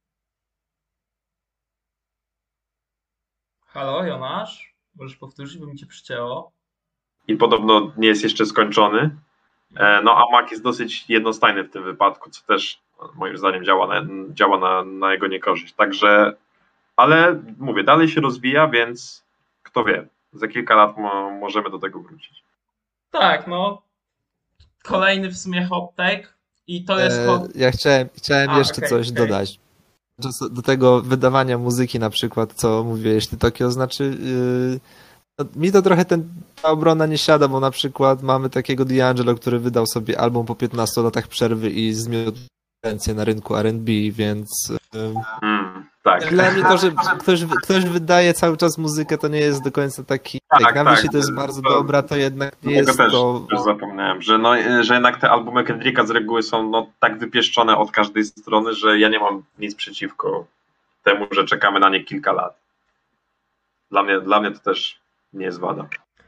Halo, Jonasz? Możesz powtórzyć, bo mi cię przycięło. I podobno nie jest jeszcze skończony. No a Mac jest dosyć jednostajny w tym wypadku, co też moim zdaniem działa na, działa na, na jego niekorzyść. Także, ale mówię, dalej się rozwija, więc kto wie, za kilka lat mo, możemy do tego wrócić. Tak, no. Kolejny w sumie hot take i to jest... E, ja chciałem, chciałem A, jeszcze okay, coś okay. dodać. Do tego wydawania muzyki na przykład, co mówiłeś ty, Tokio, znaczy yy, no, mi to trochę ten, ta obrona nie siada, bo na przykład mamy takiego D'Angelo, który wydał sobie album po piętnastu latach przerwy i zmiótł konkurencję na rynku R and B, więc yy, mm, tak. dla mnie to, że ktoś, ktoś wydaje cały czas muzykę, to nie jest do końca taki, tak, tak, nawet tak, jeśli to jest to, bardzo to, dobra, to jednak nie tego jest też, to... też zapomniałem, że, no, że jednak te albumy Kendricka z reguły są no, tak wypieszczone od każdej strony, że ja nie mam nic przeciwko temu, że czekamy na nie kilka lat. Dla mnie, dla mnie to też nie jest wada.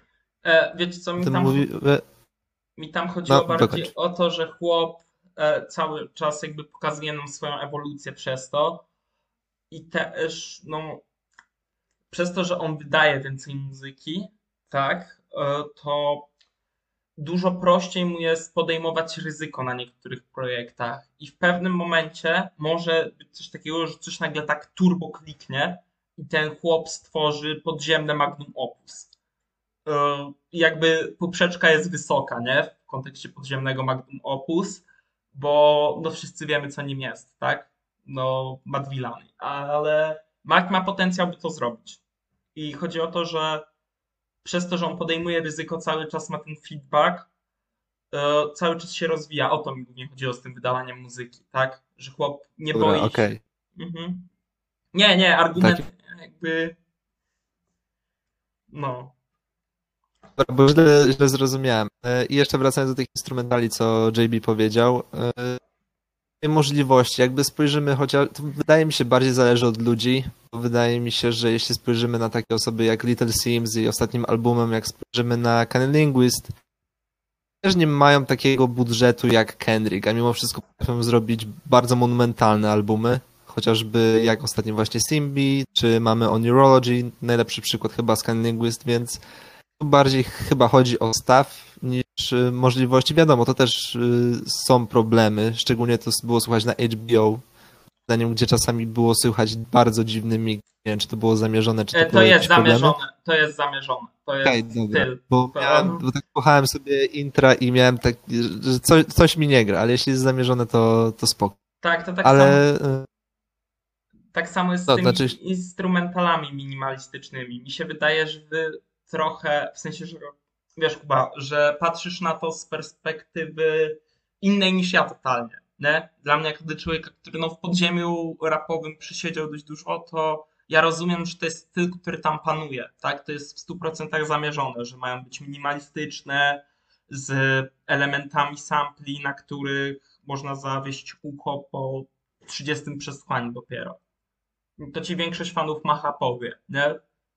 E, wiecie co, mi Ty tam, mówi... mi tam chodziło No, bardziej dokończ. o to, że chłop e, cały czas jakby pokazuje nam swoją ewolucję przez to i też, no, przez to, że on wydaje więcej muzyki, tak, e, to dużo prościej mu jest podejmować ryzyko na niektórych projektach i w pewnym momencie może być coś takiego, że coś nagle tak turbo kliknie i ten chłop stworzy podziemne magnum opus. Yy, jakby poprzeczka jest wysoka, nie? W kontekście podziemnego magnum opus, bo no wszyscy wiemy, co nim jest, tak? No, Matt Villani. Ale Mac ma potencjał, by to zrobić. I chodzi o to, że przez to, że on podejmuje ryzyko, cały czas ma ten feedback, yy, cały czas się rozwija. O to mi głównie chodziło z tym wydawaniem muzyki, tak? Że chłop nie Dobra, boi się. okej. Mhm. Nie, nie, argument Tak. jakby... No. Dobra, bo źle, źle zrozumiałem. E, I jeszcze wracając do tych instrumentali, co J B powiedział. E, możliwości, jakby spojrzymy, chociaż to wydaje mi się bardziej zależy od ludzi, bo wydaje mi się, że jeśli spojrzymy na takie osoby jak Little Sims i ostatnim albumem, jak spojrzymy na Kanye Linguist, też nie mają takiego budżetu jak Kendrick, a mimo wszystko potrafią zrobić bardzo monumentalne albumy, chociażby jak ostatnio właśnie Simbi, czy mamy On Neurology, najlepszy przykład chyba z Kanye Linguist, więc tu bardziej chyba chodzi o staw niż możliwości. Wiadomo, to też są problemy, szczególnie to było słychać na H B O, gdzie czasami było słychać bardzo dziwny mig. Nie wiem, czy to było zamierzone, czy to, To były jest jakieś problemy. zamierzone, to jest zamierzone. To jest Okej, dobra, styl. bo, To- miałem, bo tak słuchałem sobie intra i miałem tak, że coś, coś mi nie gra, ale jeśli jest zamierzone, to, to spoko. Tak, to tak samo. Ale e, Tak samo jest z No, tymi znaczy- instrumentalami minimalistycznymi. Mi się wydaje, że wy trochę, w sensie, że wiesz Kuba, że patrzysz na to z perspektywy innej niż ja totalnie, nie? Dla mnie jako człowieka, który no w podziemiu rapowym przysiedział dość dużo, to ja rozumiem, że to jest styl, który tam panuje, tak? To jest w stu procentach zamierzone, że mają być minimalistyczne, z elementami sampli, na których można zawieść ucho po trzydziestym przesłaniu dopiero. To ci większość fanów Macha powie, nie?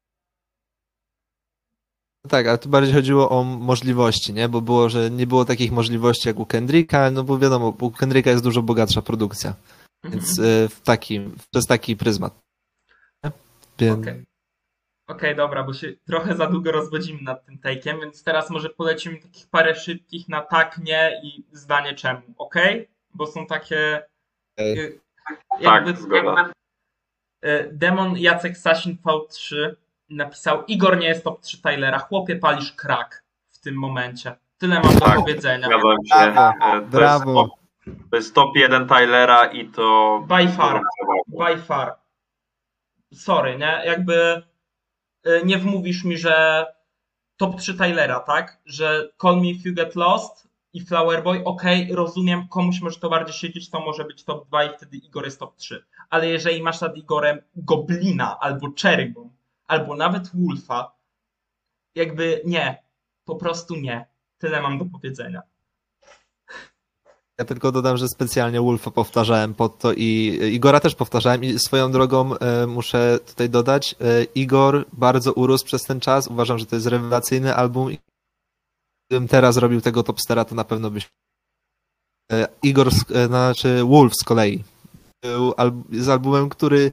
tak, ale tu bardziej chodziło o możliwości, nie? Bo było, że nie było takich możliwości jak u Kendricka, no bo wiadomo, u Kendricka jest dużo bogatsza produkcja, więc e, w takim, przez taki pryzmat. Nie? Więc... Okej, Okej, dobra, bo się trochę za długo rozwodzimy nad tym take'iem, więc teraz może polecimy takich parę szybkich na tak, nie i zdanie czemu, okej? Bo są takie... Okej. y, Tak, zgoda. y, Demon Jacek Sasin V trzy napisał: Igor nie jest top trzy Tylera, chłopie palisz krak w tym momencie. Tyle mam do Tak, powiedzenia. Zgadzam się. Brawo, E, To, brawo. Jest top, to jest top jeden Tylera i to... By far. By far. Sorry, nie? Jakby y, nie wmówisz mi, że top trzy Tylera, tak? Że Call Me If You Get Lost i Flower Boy, okej, rozumiem, komuś może to bardziej siedzieć, to może być top dwa i wtedy Igor jest top trzy. Ale jeżeli masz nad Igorem Goblina albo Cherry Bomb, albo nawet Wolfa, jakby nie, po prostu nie. Tyle mam do powiedzenia. Ja tylko dodam, że specjalnie Wolfa powtarzałem pod to i Igora też powtarzałem i swoją drogą e, muszę tutaj dodać, e, Igor bardzo urósł przez ten czas, uważam, że to jest rewelacyjny album i gdybym teraz robił tego Topstera, to na pewno byś... E, Igor, z- e, znaczy Wolf z kolei, był al- z albumem, który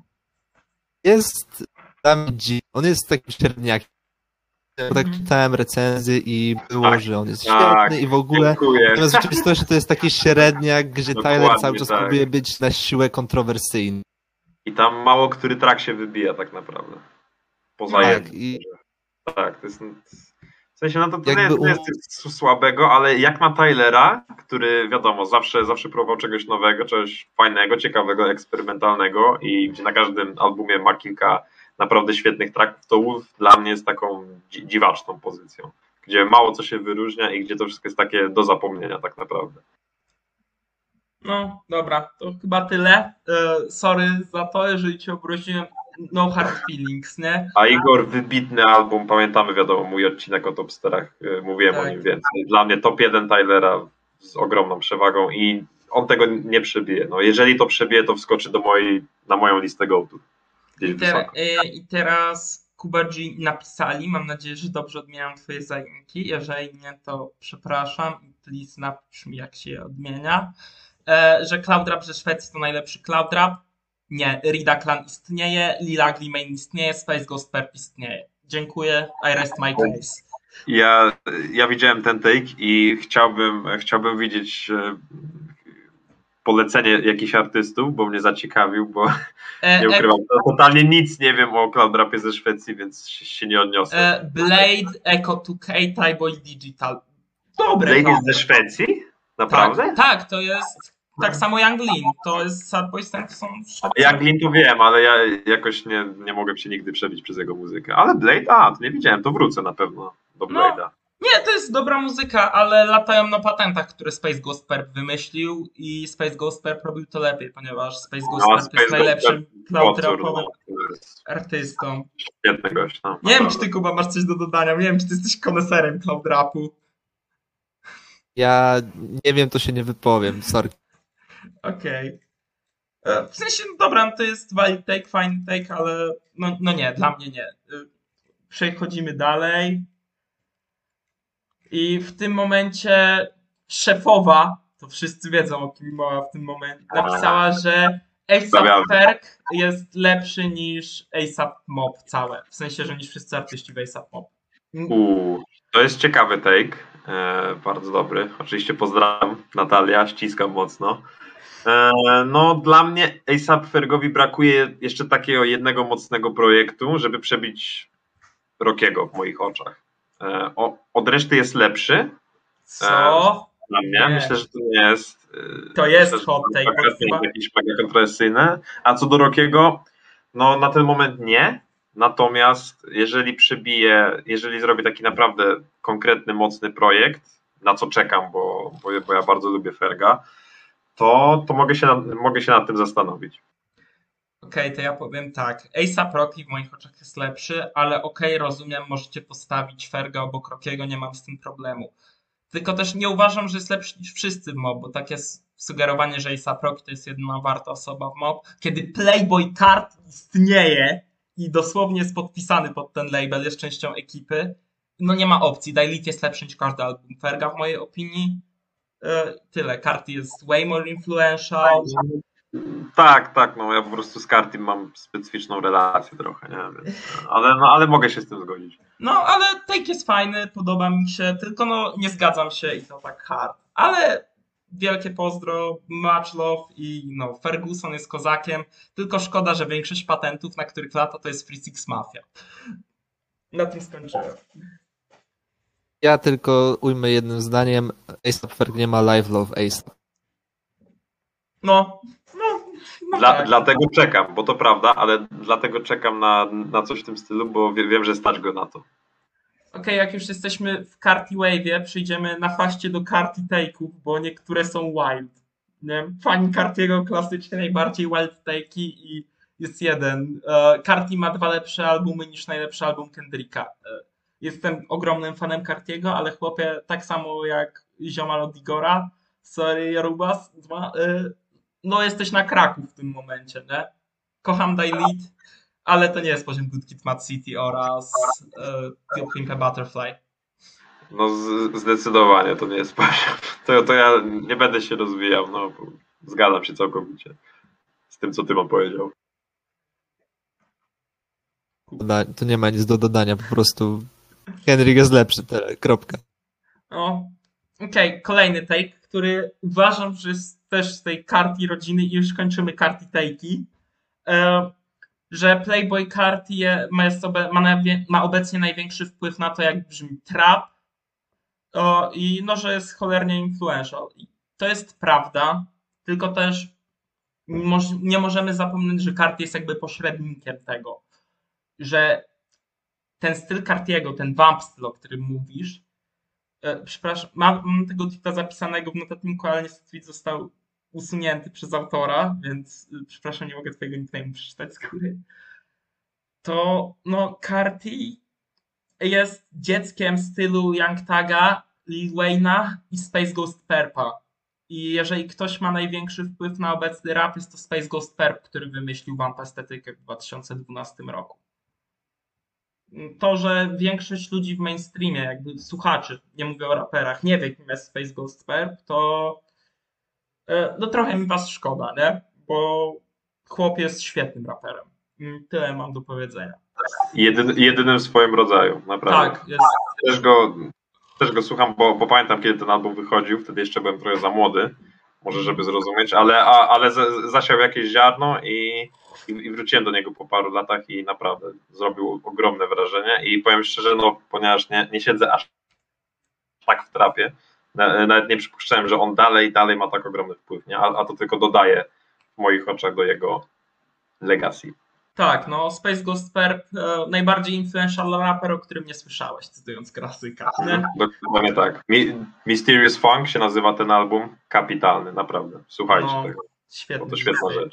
jest dla mnie dzi- on jest takim średniakiem. Ja tak czytałem recenzje i było, Tak, że on jest tak, świetny i w ogóle. Dziękuję. Natomiast w rzeczywistości to jest taki średniak, gdzie Tyler Dokładnie cały czas tak. próbuje być na siłę kontrowersyjny. I tam mało który track się wybija tak naprawdę. Poza Tak, jednym. i Tak, to jest... W sensie, no to, to, nie, Jakby to nie jest nic słabego, ale jak na Tylera, który wiadomo, zawsze, zawsze próbował czegoś nowego, czegoś fajnego, ciekawego, eksperymentalnego i gdzie na każdym albumie ma kilka naprawdę świetnych tracków, to Wolf dla mnie jest taką dzi- dziwaczną pozycją, gdzie mało co się wyróżnia i gdzie to wszystko jest takie do zapomnienia tak naprawdę. No, dobra, to chyba tyle. E, sorry za to, jeżeli cię obraziłem. No hard feelings, nie? A Igor, wybitny album, pamiętamy wiadomo mój odcinek o Topsterach, y, mówiłem Tak. o nim więcej. Dla mnie top jeden Tylera z ogromną przewagą i on tego nie przebije. No, jeżeli to przebije, to wskoczy do mojej, na moją listę go-to. Gdzieś I, te, wysoko. e, I teraz Kuba G napisali, mam nadzieję, że dobrze odmieniam twoje zajęki. Jeżeli nie, to przepraszam i please napisz mi, jak się je odmienia. E, że Cloud Rap ze Szwecji to najlepszy Cloud Rap. Nie, Rida Clan istnieje, Lila Glimane istnieje, Space Ghost Perp istnieje. Dziękuję, I rest my case. Ja, ja widziałem ten take i chciałbym, chciałbym widzieć e, polecenie jakichś artystów, bo mnie zaciekawił, bo E, nie e, ukrywam, totalnie nic nie wiem o Cloud Rapie ze Szwecji, więc się się nie odniosę. e, Blade, Echo two K, Tyboy Digital. Dobre. Blade to. jest ze Szwecji? Naprawdę? Tak, tak, to jest tak samo Young Lean, to jest Sad Boys, to są Jak Glin to wiem, ale ja jakoś nie, nie mogę się nigdy przebić przez jego muzykę. Ale Blade, a, to nie widziałem, to wrócę na pewno do No. Blade'a. Nie, to jest dobra muzyka, ale latają na patentach, które Space Ghost Perp wymyślił i Space Ghost Perp robił to lepiej, ponieważ Space Ghost No, Perp Space jest Ghost najlepszym Perp, cloud potwór, rapowym no, to jest artystą. świetny gość. No, Nie wiem, czy naprawdę. ty, Kuba, masz coś do dodania, nie wiem, czy ty jesteś koneserem cloud rapu. ja nie wiem, to się nie wypowiem, sorry. Okej. E, W sensie, no dobra, no to jest valid take, fine take, ale no, no nie, dla mnie nie. E, Przechodzimy dalej. I w tym momencie szefowa, to wszyscy wiedzą, o kim mowa w tym momencie, napisała, że A$AP Stawiamy. Ferg jest lepszy niż A$AP Mob całe. W sensie, że niż wszyscy artyści w A$AP Mob. Uuu, to jest ciekawy take, e, bardzo dobry. Oczywiście pozdrawiam, Natalia, ściskam mocno. E, no dla mnie A$AP Fergowi brakuje jeszcze takiego jednego mocnego projektu, żeby przebić Rockiego w moich oczach. E, o, od reszty jest lepszy Co? dla mnie. Nie. Myślę, że to nie jest. e, To jest myślę, że hot take, akurat bo nie chyba- jest jakieś mega kontrowersyjne. A co do Rockiego, no na ten moment nie. Natomiast jeżeli przebije, jeżeli zrobi taki naprawdę konkretny, mocny projekt, na co czekam, bo, bo, bo ja bardzo lubię Ferga, to, to mogę, się nad, mogę się nad tym zastanowić. Okej, to ja powiem tak. A$AP Rocky w moich oczach jest lepszy, ale okej, rozumiem, możecie postawić Ferga obok Rockiego, nie mam z tym problemu. Tylko też nie uważam, że jest lepszy niż wszyscy w mob, bo takie s- sugerowanie, że A$AP Rocky to jest jedna warta osoba w mob, kiedy Playboy Card istnieje i dosłownie jest podpisany pod ten label, jest częścią ekipy, no nie ma opcji. Daylit jest lepszy niż każdy album Ferga w mojej opinii. E, Tyle. Carti jest way more influential. Tak, tak, no ja po prostu z Kartim mam specyficzną relację trochę, nie wiem, ale, no, ale mogę się z tym zgodzić. No, ale take jest fajny, podoba mi się, tylko no nie zgadzam się i to tak hard. Ale wielkie pozdro, much love i no Ferguson jest kozakiem, tylko szkoda, że większość patentów, na których lata, to jest Free Six Mafia. Na tym skończyłem. Ja tylko ujmę jednym zdaniem, A$AP Ferg nie ma Live Love A$AP. No, no, no Dla, tak. Dlatego czekam, bo to prawda, ale dlatego czekam na, na coś w tym stylu, bo wie, wiem, że stać go na to. Okej, jak już jesteśmy w Carti Wave'ie, przejdziemy na faście do Carti Take'ów, bo niektóre są wild. Nie? Fani Cartiego klasycznie najbardziej wild take'i i jest jeden. E, Carti ma dwa lepsze albumy niż najlepszy album Kendricka. E, Jestem ogromnym fanem Cartiego, ale chłopie, tak samo jak ziomal od Igora, sorry Jarubas, dwa, e, no jesteś na kraku w tym momencie, nie? Kocham Daylit, ale to nie jest poziom Good Kid, Mad City oraz e, Pimp a Butterfly. No z, zdecydowanie to nie jest poziom. To, to ja nie będę się rozwijał, no bo zgadzam się całkowicie z tym, co Tymon powiedział. Doda- To nie ma nic do dodania, po prostu Henryk jest lepszy, tyle, kropka. No, okej, kolejny take, który uważam, że jest też z tej karty rodziny i już kończymy karty take'i, e, że Playboy Carti je- ma, jest obe, ma, najwie- ma obecnie największy wpływ na to, jak brzmi trap o, i no, że jest cholernie influential. I to jest prawda, tylko też moż- nie możemy zapomnieć, że Carti jest jakby pośrednikiem tego, że ten styl Cartiego, ten vamp styl, o którym mówisz, e, przepraszam, mam, mam tego tweeta zapisanego w notatniku, ale niestety tweet został usunięty przez autora, więc y, przepraszam, nie mogę twojego nickname'u przeczytać z góry. To no Carti jest dzieckiem stylu Young Taga, Lil Wayne'a i Space Ghost Perpa. I jeżeli ktoś ma największy wpływ na obecny rap, jest to Space Ghost Perp, który wymyślił Vamp estetykę w dwa tysiące dwunastym roku. To, że większość ludzi w mainstreamie, jakby słuchaczy, nie mówię o raperach, nie wie, kim jest Space Ghost Perp, to e, no trochę mi was szkoda, nie? Bo chłop jest świetnym raperem. Mm, Tyle mam do powiedzenia. Jedyn, jedynym w swoim rodzaju, naprawdę. Tak, jest. Też go, też go słucham, bo, bo pamiętam, kiedy ten album wychodził, wtedy jeszcze byłem trochę za młody, może żeby zrozumieć, ale, a, ale z- zasiał jakieś ziarno i, i, i wróciłem do niego po paru latach i naprawdę zrobił ogromne wrażenie i powiem szczerze, no ponieważ nie, nie siedzę aż tak w trapie, na- nawet nie przypuszczałem, że on dalej, dalej ma tak ogromny wpływ, nie? A, a to tylko dodaje w moich oczach do jego legacy. Tak, no Space Ghost Perp, e, najbardziej influential rapper, o którym nie słyszałeś, cytując klasyka. Nie? Dokładnie tak. Mi- Mysterious Funk się nazywa ten album. Kapitalny, naprawdę. Słuchajcie No, tego, bo świetny. to świetna rzecz.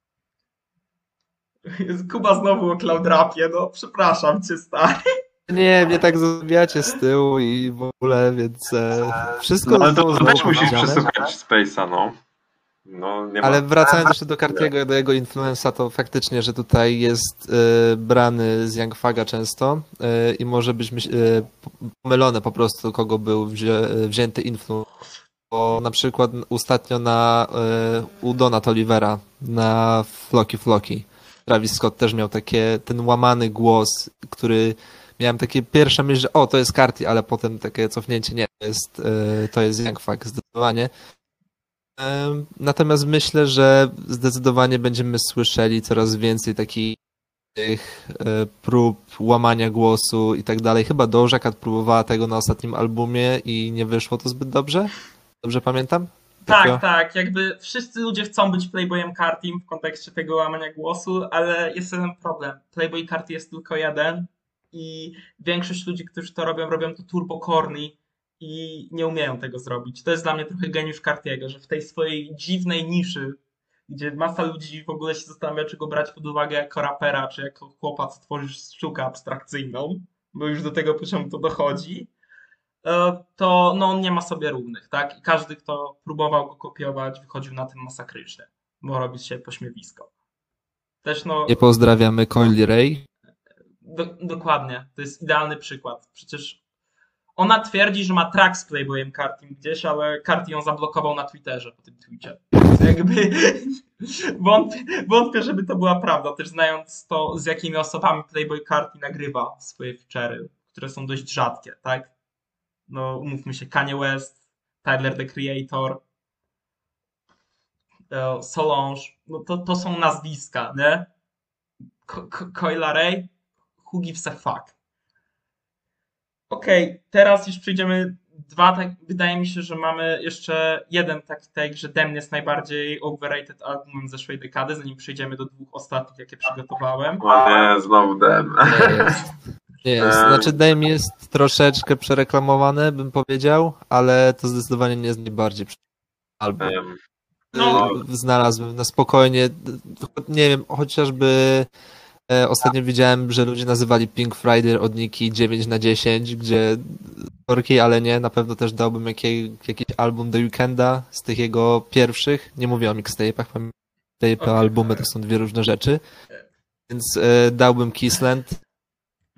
Kuba znowu o Cloud Rapie, no przepraszam cię, stary. Nie, mnie tak zabijacie z tyłu i w ogóle, więc e, wszystko No ale to, zostało to też znowu musisz powiedziane. przesłuchać Space'a, no. No, nie ma. Ale wracając jeszcze do Cartiego, do jego influenza, to faktycznie, że tutaj jest e, brany z Young Thuga często e, i może być myśl, e, pomylone po prostu, kogo był wzię, wzięty influencer. Bo na przykład ostatnio na e, u Dona Olivera na Floki Floki Travis Scott też miał takie, ten łamany głos, który miałem takie pierwsze myśl, że o, to jest Carti, ale potem takie cofnięcie, nie, to jest, e, to jest Young Thug zdecydowanie. Em, Natomiast myślę, że zdecydowanie będziemy słyszeli coraz więcej takich e, prób łamania głosu i tak dalej. Chyba Doja Cat próbowała tego na ostatnim albumie i nie wyszło to zbyt dobrze. Dobrze pamiętam? Takiego- Tak, tak, jakby wszyscy ludzie chcą być Playboyem Cartim w kontekście tego łamania głosu, ale jest jeden problem. Playboy Carti jest tylko jeden i większość ludzi, którzy to robią, robią to turbo corny i nie umieją tego zrobić. To jest dla mnie trochę geniusz Cartiego, że w tej swojej dziwnej niszy, gdzie masa ludzi w ogóle się zastanawia, czy go brać pod uwagę jako rapera, czy jako chłopa, co tworzysz sztukę abstrakcyjną, bo już do tego poziomu to dochodzi, e, to no, on nie ma sobie równych, tak? I każdy, kto próbował go kopiować, wychodził na tym masakrycznie, bo robi się pośmiewisko. Też no, Nie pozdrawiamy Coily Ray. do, dokładnie, to jest idealny przykład. Przecież ona twierdzi, że ma track z Playboyem Cartim gdzieś, ale Carti ją zablokował na Twitterze po tym tweetie. Więc jakby wątpię, wątpię, żeby to była prawda, też znając to, z jakimi osobami Playboy Carti nagrywa swoje feature'y, które są dość rzadkie, tak? No, umówmy się, Kanye West, Tyler, the Creator, e, Solange, no to, to są nazwiska, nie? Ko- Ko- Coila Ray, who gives a fuck? Okej, teraz już przejdziemy dwa, tak, wydaje mi się, że mamy jeszcze jeden taki take, że Damn jest najbardziej overrated albumem zeszłej dekady, zanim przejdziemy do dwóch ostatnich, jakie przygotowałem. O nie, znowu dem. Nie jest. Nie jest. Znaczy Dame jest troszeczkę przereklamowane, bym powiedział, ale to zdecydowanie nie jest najbardziej album. Em, No. Y, Znalazłbym na spokojnie, nie wiem, chociażby e, ostatnio widziałem, że ludzie nazywali Pink Friday od Nicki dziewięć na dziesięć, gdzie sorki, ale nie, na pewno też dałbym jakiej, jakiś album do Weekenda z tych jego pierwszych, nie mówię o mixtape'ach, mixtape, Okej. albumy to są dwie różne rzeczy, więc e, dałbym Kissland.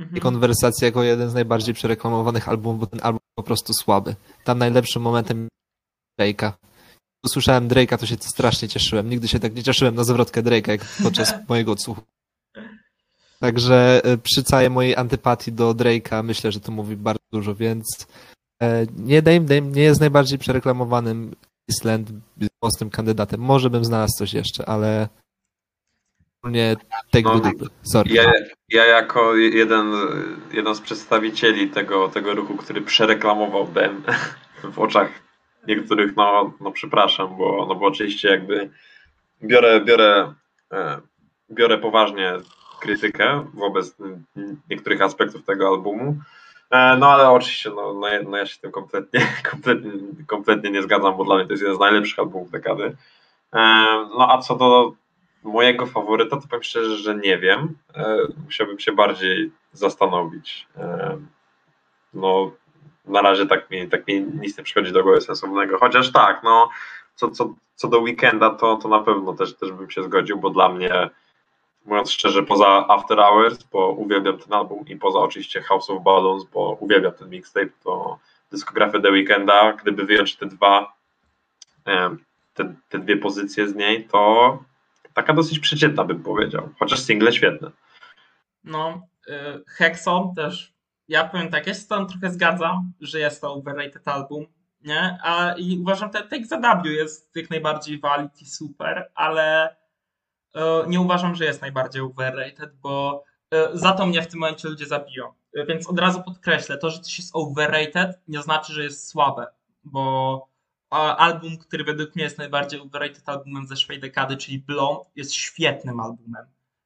i Konwersacja jako jeden z najbardziej przereklamowanych albumów, bo ten album po prostu słaby. Tam najlepszym momentem Drake'a. Usłyszałem Drake'a, to się strasznie cieszyłem. Nigdy się tak nie cieszyłem na zwrotkę Drake'a, jak podczas mojego odsłuchu. Także przy całej mojej antypatii do Drake'a myślę, że to mówi bardzo dużo, więc nie, Dame Dame nie jest najbardziej przereklamowanym Island mocnym kandydatem. Może bym znalazł coś jeszcze, ale nie take No, the dupy. Sorry. Ja, ja jako jeden, jeden z przedstawicieli tego, tego ruchu, który przereklamował Dame w oczach niektórych, no, no przepraszam, bo, no bo oczywiście jakby biorę, biorę, e, biorę poważnie krytykę wobec niektórych aspektów tego albumu, e, no ale oczywiście no, no, ja, no ja się tym kompletnie, kompletnie, kompletnie nie zgadzam, bo dla mnie to jest jeden z najlepszych albumów dekady. E, no a co do mojego faworyta, to powiem szczerze, że nie wiem. E, musiałbym się bardziej zastanowić. E, no na razie tak mi, tak mi nic nie przychodzi do głowy sensownego, chociaż tak, no co, co, co do Weekenda, to, to na pewno też, też bym się zgodził, bo dla mnie, mówiąc szczerze, poza After Hours, bo uwielbiam ten album, i poza oczywiście House of Balloons, bo uwielbiam ten mixtape, to dyskografia The Weekenda, gdyby wyjąć te dwa te, te dwie pozycje z niej, to taka dosyć przeciętna, bym powiedział, chociaż single świetne. No, y, Hexon też, ja powiem tak, ja się z tą trochę zgadzam, że jest to overrated album, nie? A, i uważam, że Take the W jest jak najbardziej valid i super, ale y, nie uważam, że jest najbardziej overrated, bo y, za to mnie w tym momencie ludzie zabiją. Y, więc od razu podkreślę, to, że coś jest overrated, nie znaczy, że jest słabe, bo a, album, który według mnie jest najbardziej overrated albumem zeszłej dekady, czyli Blonde, jest świetnym albumem.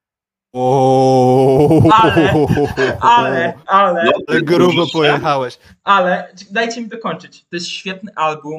Ale, ale, ale, ale grubo pojechałeś. Ale dajcie mi dokończyć. To jest świetny album.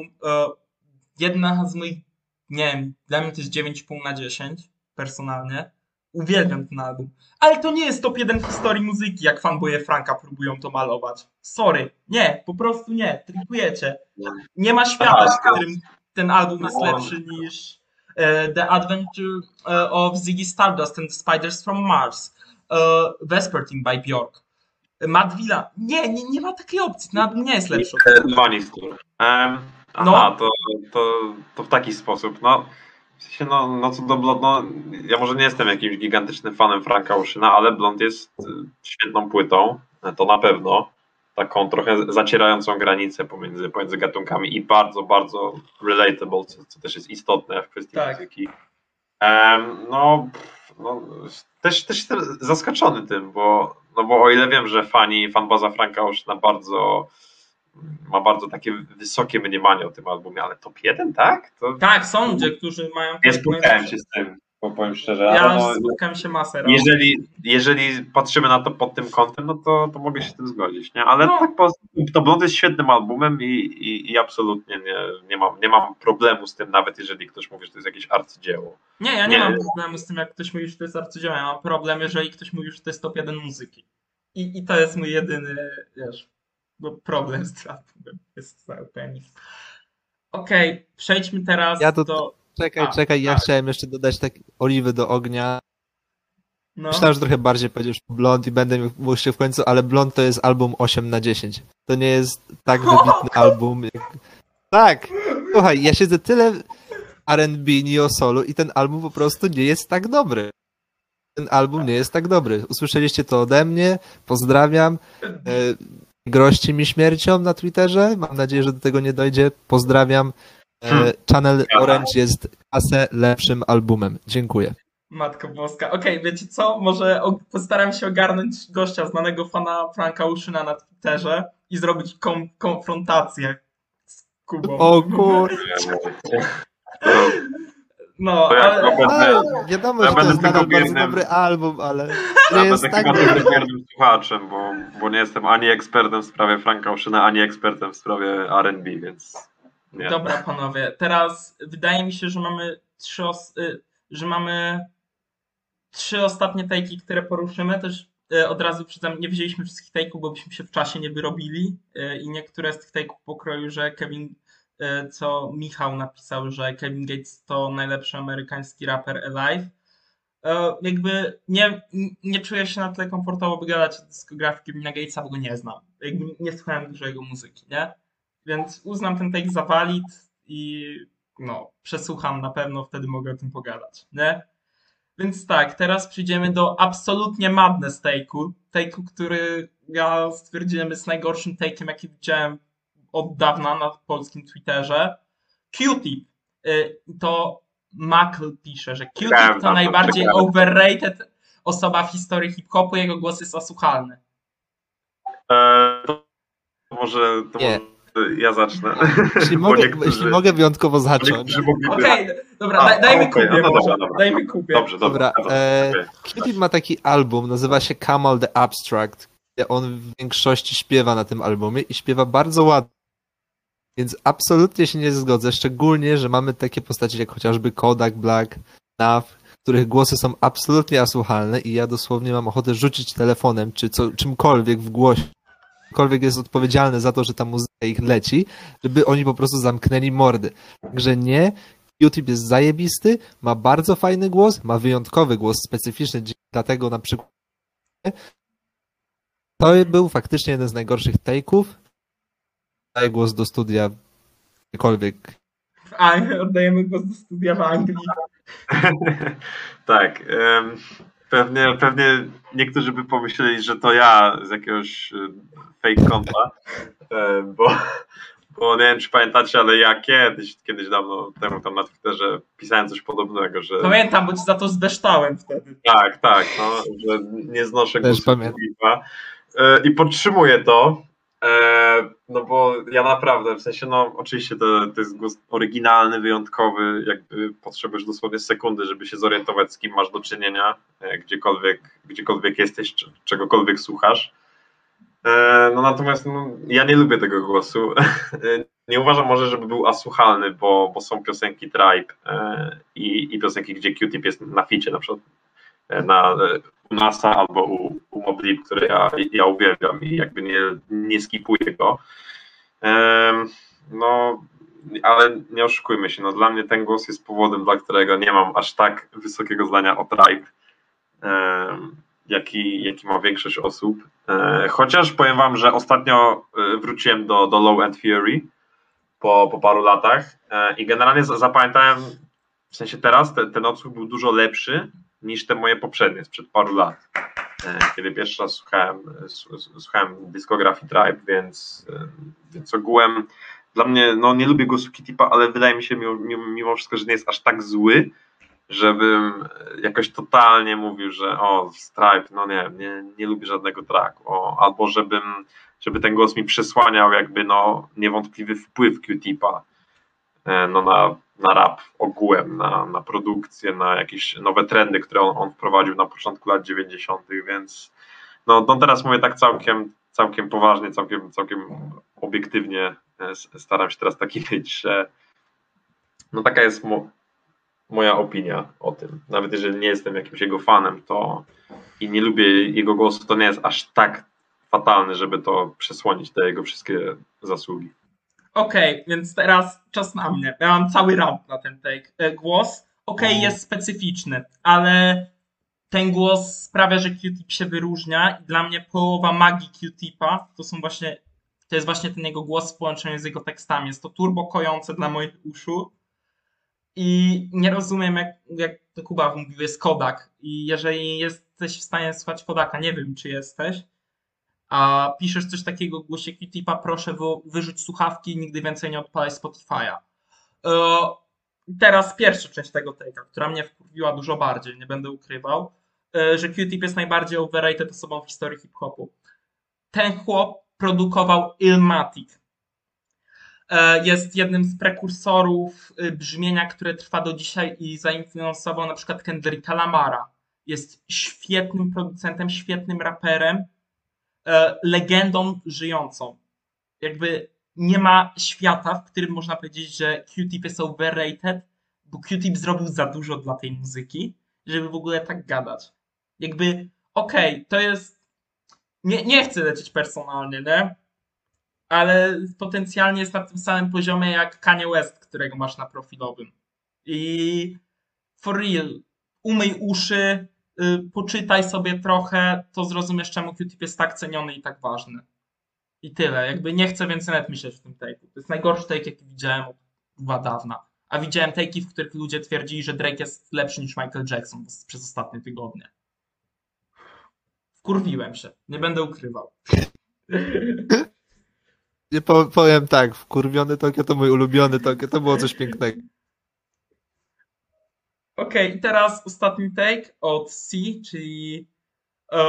Jedna z moich, nie wiem, dla mnie to jest dziewięć i pół na dziesięć personalnie. Uwielbiam ten album. Ale to nie jest top jeden w historii muzyki, jak fanboye Franka próbują to malować. Sorry. Nie, po prostu nie. Trikujecie. Nie ma świata, w którym ten album jest lepszy niż The Adventure of Ziggy Stardust and the Spiders from Mars, Vespertine by Björk, Matt Villa. Nie, nie, nie ma takiej opcji. Ten album nie jest lepszy. Vanistor. Um, aha, no. to, to, to w taki sposób. No, w sensie, no, no co do Blond, no, ja może nie jestem jakimś gigantycznym fanem Franka Oceana, ale Blond jest świetną płytą, to na pewno. Taką trochę zacierającą granicę pomiędzy, pomiędzy gatunkami i bardzo, bardzo relatable, co, co też jest istotne w kwestii tak. muzyki. Um, no, no też, też jestem zaskoczony tym, bo, no bo o ile wiem, że fani, fanbaza Franka Oceana bardzo ma bardzo takie wysokie mniemanie o tym albumie, ale top jeden, tak? To... Tak, są ludzie, którzy mają... Nie spotkałem się z tym, powiem szczerze. Ja ale no, spotkałem się masę razy. Jeżeli, jeżeli patrzymy na to pod tym kątem, no to, to mogę się z tym zgodzić, nie? Ale no. tak, to Blond jest świetnym albumem i, i, i absolutnie nie, nie, mam, nie mam problemu z tym, nawet jeżeli ktoś mówi, że to jest jakieś arcydzieło. Nie, ja nie, nie mam problemu z tym, jak ktoś mówi, że to jest arcydzieło. Ja mam problem, jeżeli ktoś mówi, że to jest top jeden muzyki. I, i to jest mój jedyny, wiesz, problem z tym albumem. Jest cały penis. Okej, okay, przejdźmy teraz ja to... do... Czekaj, A, czekaj, ja tak. chciałem jeszcze dodać tak oliwy do ognia. No. Myślałem, że trochę bardziej powiedziesz Blond i będę mógł się w końcu, ale Blond to jest album osiem na dziesięć. To nie jest tak wybitny album. Jak... Tak, słuchaj, ja siedzę tyle R and B, neo solo i ten album po prostu nie jest tak dobry. Ten album nie jest tak dobry. Usłyszeliście to ode mnie, pozdrawiam. Groźcie mi śmiercią na Twitterze, mam nadzieję, że do tego nie dojdzie. Pozdrawiam. Hmm. Channel Orange jest kasę lepszym albumem. Dziękuję. Matko Boska. Okej, okay, wiecie co? Może postaram się ogarnąć gościa, znanego fana Franka Oceana na Twitterze i zrobić kom- konfrontację z Kubą. O kurczę. No, ale... ale wiadomo, ja że to jest nadal bardzo jednym... dobry album, ale nie ja jest będę tak chyba tylko wiernym słuchaczem, bo, bo nie jestem ani ekspertem w sprawie Franka Oceana, ani ekspertem w sprawie R and B, więc... Nie. Dobra, panowie, teraz wydaje mi się, że mamy trzy, os- że mamy trzy ostatnie tajki, które poruszymy. Też od razu przyznam, nie wzięliśmy wszystkich tajków, bo byśmy się w czasie nie wyrobili i niektóre z tych tajków pokroju, że Kevin, co Michał napisał, że Kevin Gates to najlepszy amerykański raper alive. E, jakby nie, nie czuję się na tyle komfortowo, by gadać o dyskografii Kevina Gatesa, bo go nie znam. Jakby nie słuchałem dużo jego muzyki, nie? Więc uznam ten take za valid i no, przesłucham na pewno, wtedy mogę o tym pogadać, nie? Więc tak, teraz przejdziemy do absolutnie madness take'u. Take'u, który ja stwierdziłem jest najgorszym take'em, jaki widziałem od dawna na polskim Twitterze. Q-Tip. Y, To Makl pisze, że Q-Tip Czekałem to tam, najbardziej czekałem. overrated osoba w historii hip-hopu, jego głos jest osłuchalny. E, to może, to Nie. może ja zacznę. Jeśli Bo mogę, niektórzy- jeśli mogę wyjątkowo bo zacząć. niektórzy mogliby- Okej, dobra, A, daj, dajmy okej, Kubie no to może. dobra, dobra. Dajmy Kubie. Dobrze, Dobra, dobra. e, okej. Q-Tip ma taki album, nazywa się Kamal the Abstract, gdzie on w większości śpiewa na tym albumie i śpiewa bardzo ładnie. Więc absolutnie się nie zgodzę, szczególnie, że mamy takie postacie jak chociażby Kodak Black, Nav, których głosy są absolutnie asłuchalne i ja dosłownie mam ochotę rzucić telefonem czy co, czymkolwiek w głosie, ktokolwiek jest odpowiedzialny za to, że ta muzyka ich leci, żeby oni po prostu zamknęli mordy. Także nie, Q-Tip jest zajebisty, ma bardzo fajny głos, ma wyjątkowy głos, specyficzny, dlatego na przykład to był faktycznie jeden z najgorszych take'ów. Daję głos do studia gdziekolwiek. A, oddajemy głos do studia w Anglii. Tak. em, Pewnie, pewnie niektórzy by pomyśleli, że to ja z jakiegoś e, fake konta, e, bo, bo nie wiem, czy pamiętacie, ale ja kiedyś, kiedyś dawno temu tam na Twitterze pisałem coś podobnego, że Pamiętam, bo ci za to zbeształem wtedy. tak, tak, no, że nie znoszę Też głosu pamiętam. Filipa. E, I podtrzymuję to, e, no bo ja naprawdę, w sensie, no oczywiście to, to jest głos oryginalny, wyjątkowy, jakby potrzebujesz dosłownie sekundy, żeby się zorientować, z kim masz do czynienia, e, gdziekolwiek, gdziekolwiek jesteś, czy, czegokolwiek słuchasz. E, no natomiast no, ja nie lubię tego głosu. Nie uważam może, żeby był asłuchalny, bo, bo są piosenki Tribe e, i, i piosenki, gdzie Q-Tip jest na ficie, na przykład e, na, e, u NASA albo u, u Mobley, które ja, ja uwielbiam i jakby nie, nie skipuję go. E, no, ale nie oszukujmy się, no dla mnie ten głos jest powodem, dla którego nie mam aż tak wysokiego zdania o Tribe, e, jaki, jaki ma większość osób. E, chociaż powiem wam, że ostatnio e, wróciłem do, do Low End Fury po, po paru latach e, i generalnie za- zapamiętałem, w sensie teraz te, ten odsłuch był dużo lepszy niż te moje poprzednie sprzed paru lat, e, kiedy pierwszy raz słuchałem, e, s- s- słuchałem dyskografii Tribe, więc, e, więc ogółem dla mnie, no nie lubię głosu Q-Tipa, ale wydaje mi się mimo, mimo, mimo wszystko, że nie jest aż tak zły, żebym jakoś totalnie mówił, że o, Stripe, no nie, nie, nie lubię żadnego tracku, o, albo żebym, żeby ten głos mi przesłaniał jakby no niewątpliwy wpływ Q-Tipa e, no na, na rap ogółem, na, na produkcję, na jakieś nowe trendy, które on, on wprowadził na początku lat dziewięćdziesiątych, więc no, no teraz mówię tak całkiem, całkiem poważnie, całkiem, całkiem obiektywnie e, s- staram się teraz taki być, że no taka jest mo- moja opinia o tym. Nawet jeżeli nie jestem jakimś jego fanem, to i nie lubię jego głosu, to nie jest aż tak fatalny, żeby to przesłonić te jego wszystkie zasługi. Okej, więc teraz czas na mnie. Ja mam cały rant na ten take. E, Głos, okej, jest specyficzny, ale ten głos sprawia, że Q-Tip się wyróżnia i dla mnie połowa magii Q-Tipa to są właśnie, to jest właśnie ten jego głos w połączeniu z jego tekstami. Jest to turbo kojące dla moich uszu i nie rozumiem, jak, jak to Kuba mówił, jest Kodak i jeżeli jesteś w stanie słuchać Kodaka, nie wiem, czy jesteś, a piszesz coś takiego w głosie Q-Tipa, proszę wy, wyrzuć słuchawki i nigdy więcej nie odpalaj Spotify'a. E, teraz pierwsza część tego take'a, która mnie wkurwiła dużo bardziej, nie będę ukrywał, e, że Q-Tip jest najbardziej overrated osobą w historii hip-hopu. Ten chłop produkował Illmatic. E, jest jednym z prekursorów e, brzmienia, które trwa do dzisiaj i zainfluencował na przykład Kendricka Lamara. Jest świetnym producentem, świetnym raperem, e, legendą żyjącą. Jakby nie ma świata, w którym można powiedzieć, że Q-Tip jest overrated, bo Q-Tip zrobił za dużo dla tej muzyki, żeby w ogóle tak gadać. Jakby, okej, okay, to jest... Nie, nie chcę lecieć personalnie, nie? Ale potencjalnie jest na tym samym poziomie jak Kanye West, którego masz na profilowym. I for real, umyj uszy, y, poczytaj sobie trochę, to zrozumiesz, czemu Q-Tip jest tak ceniony i tak ważny. I tyle. Jakby nie chcę więcej nawet myśleć w tym take'u. To jest najgorszy take, jaki widziałem od dwa dawna. A widziałem take'i, w których ludzie twierdzili, że Drake jest lepszy niż Michael Jackson przez ostatnie tygodnie. Wkurwiłem się. Nie będę ukrywał. Nie po, powiem tak, wkurwiony Tokio to mój ulubiony Tokio, to było coś pięknego. Okej, okay, i teraz ostatni take od C, czyli e,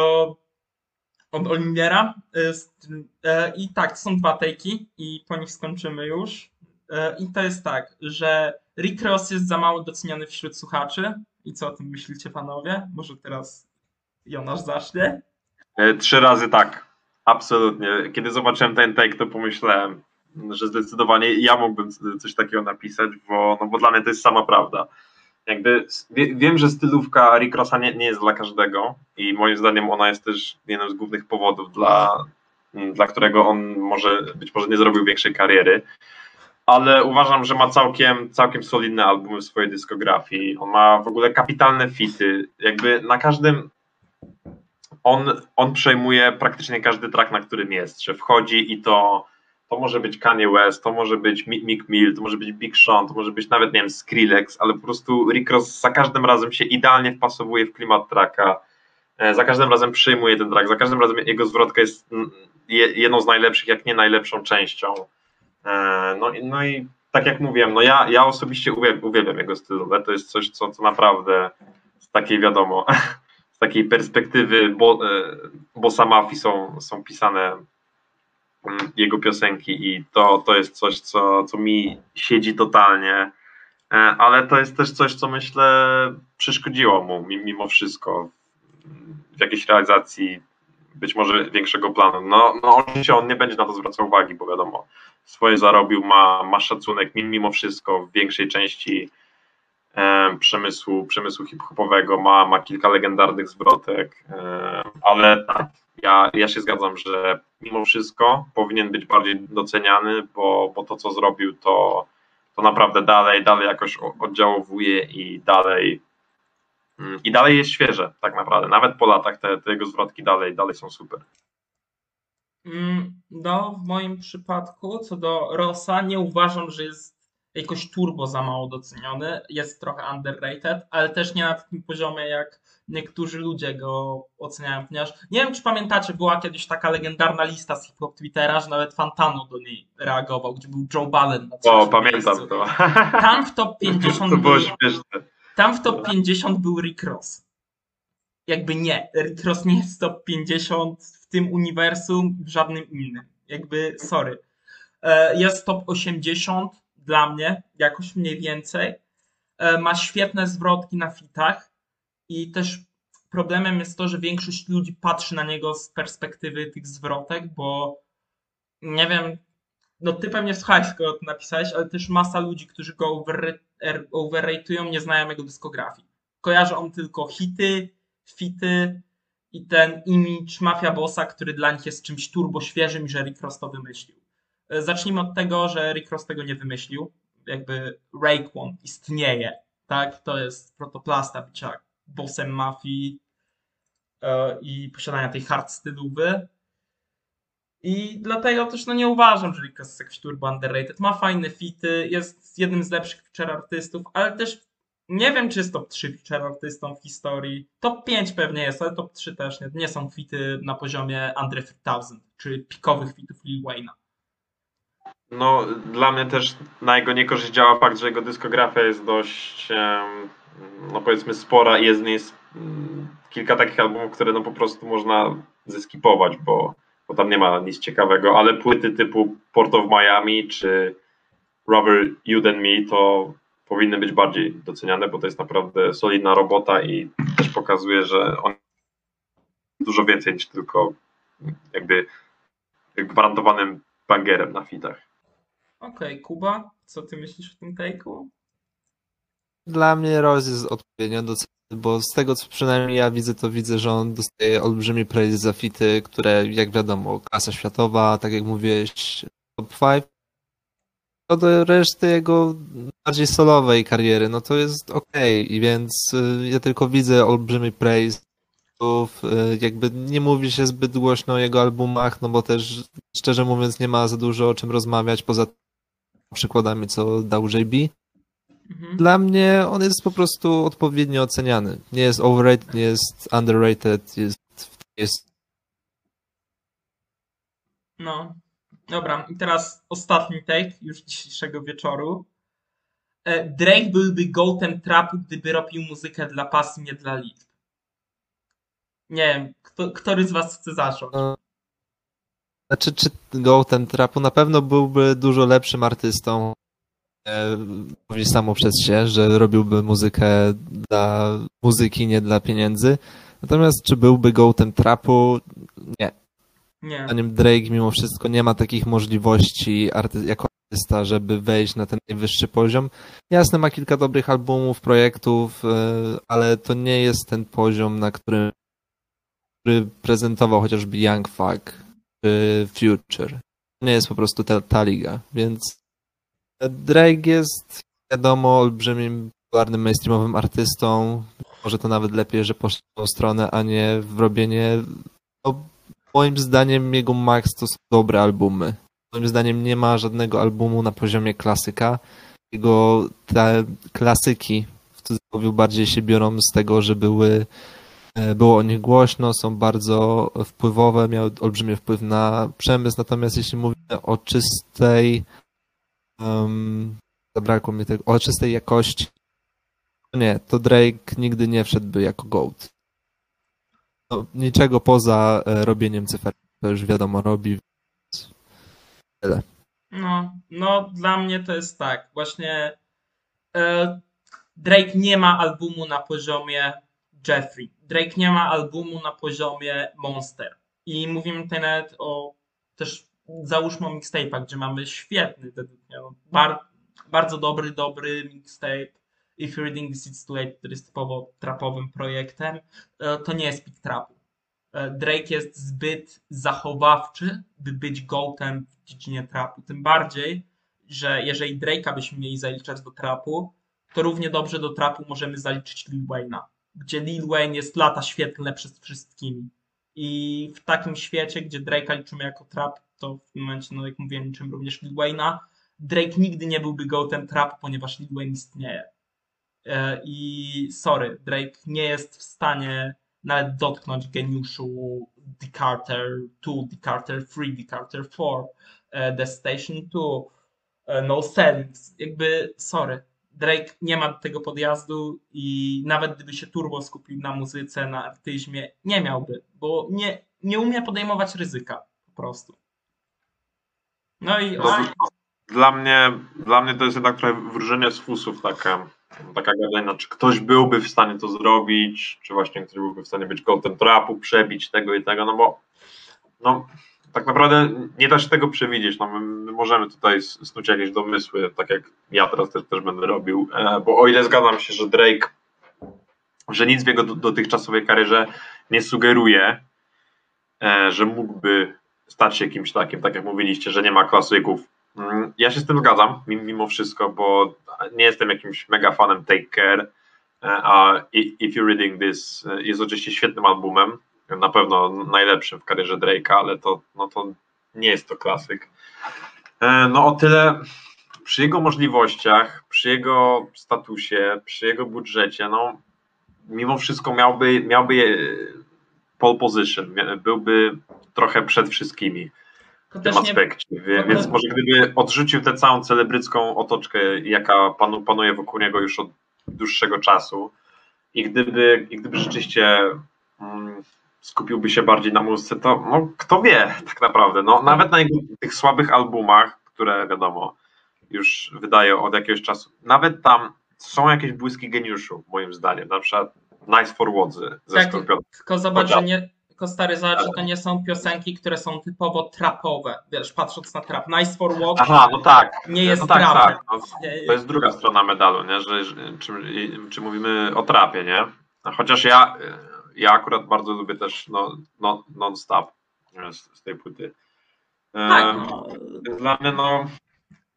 od Olivera. E, I tak, to są dwa take'i i po nich skończymy już. E, I to jest tak, że Rick Ross jest za mało doceniony wśród słuchaczy. I co o tym myślicie, panowie? Może teraz Jonasz zacznie? E, trzy razy tak. Absolutnie. Kiedy zobaczyłem ten take, to pomyślałem, że zdecydowanie ja mógłbym coś takiego napisać, bo, no bo dla mnie to jest sama prawda. Jakby wie, wiem, że stylówka Rick Rossa nie, nie jest dla każdego i moim zdaniem ona jest też jednym z głównych powodów, dla, dla którego on może być może nie zrobił większej kariery, ale uważam, że ma całkiem, całkiem solidne albumy w swojej dyskografii. On ma w ogóle kapitalne fity. Jakby na każdym on, on przejmuje praktycznie każdy track, na którym jest, że wchodzi i to To może być Kanye West, to może być Meek Mill, to może być Big Sean, to może być nawet, nie wiem, Skrillex, ale po prostu Rick Ross za każdym razem się idealnie wpasowuje w klimat tracka, za każdym razem przyjmuje ten track, za każdym razem jego zwrotka jest jedną z najlepszych, jak nie najlepszą częścią. No, no i tak jak mówiłem, no ja, ja osobiście uwielbiam jego stylówę, to jest coś, co, co naprawdę z takiej, wiadomo, z takiej perspektywy bo, Bossa Mafii są, są pisane jego piosenki i to, to jest coś, co, co mi siedzi totalnie, ale to jest też coś, co myślę przeszkodziło mu mimo wszystko w jakiejś realizacji być może większego planu. No, no oczywiście on nie będzie na to zwracał uwagi, bo wiadomo, swoje zarobił, ma, ma szacunek mimo wszystko w większej części e, przemysłu, przemysłu hip-hopowego, ma, ma kilka legendarnych zwrotek, e, ale tak, Ja, ja się zgadzam, że mimo wszystko powinien być bardziej doceniany, bo, bo to, co zrobił, to, to naprawdę dalej, dalej jakoś oddziałowuje i dalej i dalej jest świeże, tak naprawdę. Nawet po latach te, te jego zwrotki dalej, dalej są super. No, w moim przypadku, co do Rossa, nie uważam, że jest jakoś turbo za mało doceniony. Jest trochę underrated, ale też nie na takim poziomie, jak niektórzy ludzie go oceniają, ponieważ nie wiem, czy pamiętacie, była kiedyś taka legendarna lista z hip-hop Twittera, że nawet Fantano do niej reagował, gdzie był Joe Budden na O, pamiętam miejscu. To. Tam w top pięćdziesiąt to było był, śmieszne. Tam w top pięćdziesiąt był Rick Ross. Jakby nie, Rick Ross nie jest top pięćdziesiąt w tym uniwersum, w żadnym innym. Jakby, sorry. Jest top osiemdziesiąt dla mnie, jakoś mniej więcej. Ma świetne zwrotki na fitach i też problemem jest to, że większość ludzi patrzy na niego z perspektywy tych zwrotek, bo nie wiem, no ty pewnie słuchałeś, skoro to napisałeś, ale też masa ludzi, którzy go over, overrate'ują, nie znają jego dyskografii. Kojarzą on tylko hity, fity i ten image Mafia Bossa, który dla nich jest czymś turbo świeżym i że Rick Ross to wymyślił. Zacznijmy od tego, że Rick Ross tego nie wymyślił. Jakby Raekwon istnieje, tak? To jest protoplasta bycia bossem mafii yy, i posiadania tej hard stylowy. I dlatego też no nie uważam, że Rick Ross jest jakiś turbo underrated. Ma fajne fity, jest jednym z lepszych feature artystów, ale też nie wiem, czy jest top trzy feature artystą w historii. top pięć pewnie jest, ale top trzy też nie. Nie są fity na poziomie Andre trzy tysiąc, czyli pikowych fitów Lil Wayne'a. No, dla mnie też na jego niekorzyść działa fakt, że jego dyskografia jest dość, no powiedzmy, spora i jest w niej kilka takich albumów, które no po prostu można zeskipować, bo, bo tam nie ma nic ciekawego, ale płyty typu Port of Miami czy Rather You Than Me to powinny być bardziej doceniane, bo to jest naprawdę solidna robota i też pokazuje, że on dużo więcej niż tylko jakby gwarantowanym bangerem na fitach. Okej, okay, Kuba, co ty myślisz o tym take'u? Dla mnie Ross jest odpowiednio doceniony, bo z tego, co przynajmniej ja widzę, to widzę, że on dostaje olbrzymi praise za fity, które, jak wiadomo, klasa światowa, tak jak mówiłeś, top pięć. Co do reszty jego bardziej solowej kariery, no to jest okej, okay. I więc y, ja tylko widzę olbrzymi praise. Y, jakby nie mówi się zbyt głośno o jego albumach, no bo też szczerze mówiąc nie ma za dużo o czym rozmawiać poza przykładami, co dał J B. Mhm. Dla mnie on jest po prostu odpowiednio oceniany. Nie jest overrated, nie jest underrated, jest... jest... No, dobra. I teraz ostatni take już dzisiejszego wieczoru. Drake byłby goatem trapu, gdyby robił muzykę dla pasji, nie dla liczb. Nie wiem, kto, który z was chce zacząć? No, znaczy, czy goatem trapu na pewno byłby dużo lepszym artystą. Mówi samo przez się, że robiłby muzykę dla muzyki, nie dla pieniędzy. Natomiast czy byłby goatem trapu? Nie. Nie. Zdaniem Drake mimo wszystko nie ma takich możliwości arty- jako artysta, żeby wejść na ten najwyższy poziom. Jasne, ma kilka dobrych albumów, projektów, ale to nie jest ten poziom, na którym który prezentował chociażby Young Thug czy Future. Nie jest po prostu ta, ta liga, więc Drake jest wiadomo olbrzymim, popularnym, mainstreamowym artystą. Może to nawet lepiej, że poszedł w tą stronę, a nie w robienie... No, moim zdaniem jego max to są dobre albumy. Moim zdaniem nie ma żadnego albumu na poziomie klasyka. Jego te klasyki w cudzysłowie bardziej się biorą z tego, że były było o nich głośno, są bardzo wpływowe, miały olbrzymi wpływ na przemysł, natomiast jeśli mówimy o czystej um, zabrakło mi tego, o czystej jakości, to nie, to Drake nigdy nie wszedłby jako GOAT. No, niczego poza robieniem cyfer, to już wiadomo robi, więc tyle. No, no dla mnie to jest tak, właśnie e, Drake nie ma albumu na poziomie Jeffrey. Drake nie ma albumu na poziomie Monster. I mówimy tutaj nawet o też załóżmy o mixtape'ach, gdzie mamy świetny, bar, bardzo dobry, dobry mixtape If You're Reading This It's Too Late, który jest typowo trapowym projektem. To nie jest pick trapu. Drake jest zbyt zachowawczy, by być goatem w dziedzinie trapu. Tym bardziej, że jeżeli Drake'a byśmy mieli zaliczać do trapu, to równie dobrze do trapu możemy zaliczyć Lil Wayne'a, gdzie Lil Wayne jest lata świetlne przed wszystkimi. I w takim świecie, gdzie Drake'a liczymy jako trap, to w tym momencie, no jak mówiłem, liczymy również Lil Wayne'a. Drake nigdy nie byłby goatem trapu, ponieważ Lil Wayne istnieje. I sorry, Drake nie jest w stanie nawet dotknąć geniuszu The Carter two, The Carter three, The Carter four, The Station two, No Settings. Jakby, sorry. Drake nie ma do tego podjazdu i nawet gdyby się turbo skupił na muzyce, na artyzmie, nie miałby, bo nie, nie umie podejmować ryzyka po prostu. No i... No, dla mnie, dla mnie to jest jednak trochę wróżenie z fusów taka, taka gadania, czy ktoś byłby w stanie to zrobić, czy właśnie ktoś byłby w stanie być gołtem trapu, przebić tego i tego, no bo no, tak naprawdę nie da się tego przewidzieć. No, my, my możemy tutaj snuć jakieś domysły, tak jak ja teraz też, też będę robił, bo o ile zgadzam się, że Drake, że nic w jego dotychczasowej karierze nie sugeruje, że mógłby stać się kimś takim, tak jak mówiliście, że nie ma klasyków. Ja się z tym zgadzam, mimo wszystko, bo nie jestem jakimś mega fanem Take Care, a If You're Reading This jest oczywiście świetnym albumem, na pewno najlepszym w karierze Drake'a, ale to, no to nie jest to klasyk. No o tyle przy jego możliwościach, przy jego statusie, przy jego budżecie, no mimo wszystko miałby, miałby pole position, byłby trochę przed wszystkimi w tym aspekcie, nie... więc może gdyby odrzucił tę całą celebrycką otoczkę, jaka panu, panuje wokół niego już od dłuższego czasu i gdyby, i gdyby rzeczywiście mm, skupiłby się bardziej na muzyce, to no, kto wie tak naprawdę, no, nawet na jego, tych słabych albumach, które wiadomo już wydaje od jakiegoś czasu, nawet tam są jakieś błyski geniuszu moim zdaniem, na przykład Nice for Wodzy ze tak, Skorpionem. Tylko zobacz, że nie, tylko stary, zobacz, że to nie są piosenki, które są typowo trapowe, wiesz, patrząc na trap. Nice for What Aha, no tak. nie jest no tak, trapem. tak. No, to jest druga strona medalu, nie? Że, że, czy, czy mówimy o trapie, nie? Chociaż ja, ja akurat bardzo lubię też no, no, non-stop z, z tej płyty. Tak, no. Dla mnie, no,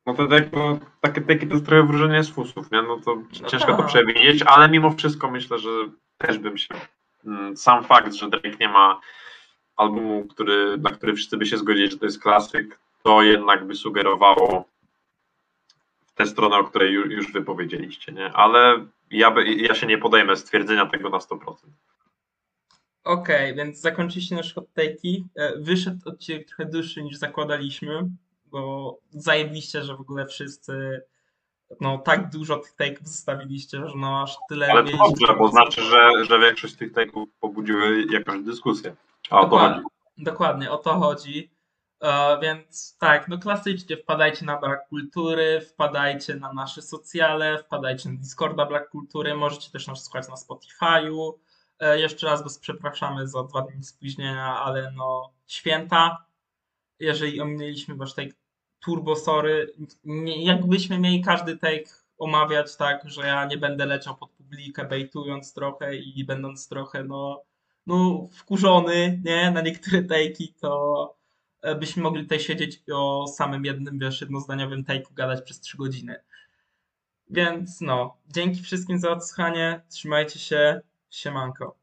No to tak, no, takie takie to jest trochę wróżenie z fusów, nie? No to No ciężko to tak. przewidzieć, ale mimo wszystko myślę, że też bym się. mm, Sam fakt, że Drake nie ma albumu, który, na który wszyscy by się zgodzili, że to jest klasyk, to jednak by sugerowało w tę stronę, o której już, już wy powiedzieliście, nie? Ale ja, by, ja się nie podejmę stwierdzenia tego na sto procent. Okej, więc zakończyliście nasze hot take'i. E, Wyszedł odcinek trochę dłuższy niż zakładaliśmy, bo zajebiście, że w ogóle wszyscy no tak dużo tych take'ów zostawiliście, że no aż tyle Ale to mieliście dobrze, bo czego znaczy, dyskutować. że, że większość tych teków pobudziły jakąś dyskusję. A o to chodzi. Dokładnie, dokładnie, o to chodzi. E, więc tak, no klasycznie wpadajcie na Brak Kultury, wpadajcie na nasze socjale, wpadajcie na Discorda Brak Kultury, możecie też nas słuchać na Spotify'u. E, jeszcze raz was przepraszamy za dwa dni spóźnienia, ale no święta. Jeżeli ominęliśmy wasz take turbo sorry, nie, jakbyśmy mieli każdy take omawiać tak, że ja nie będę leciał pod publikę bejtując trochę i będąc trochę no, no wkurzony, nie, na niektóre take'i, to e, byśmy mogli tutaj siedzieć i o samym jednym, wiesz, jednozdaniowym take'u gadać przez trzy godziny. Więc no, dzięki wszystkim za odsłuchanie, trzymajcie się, siemanko.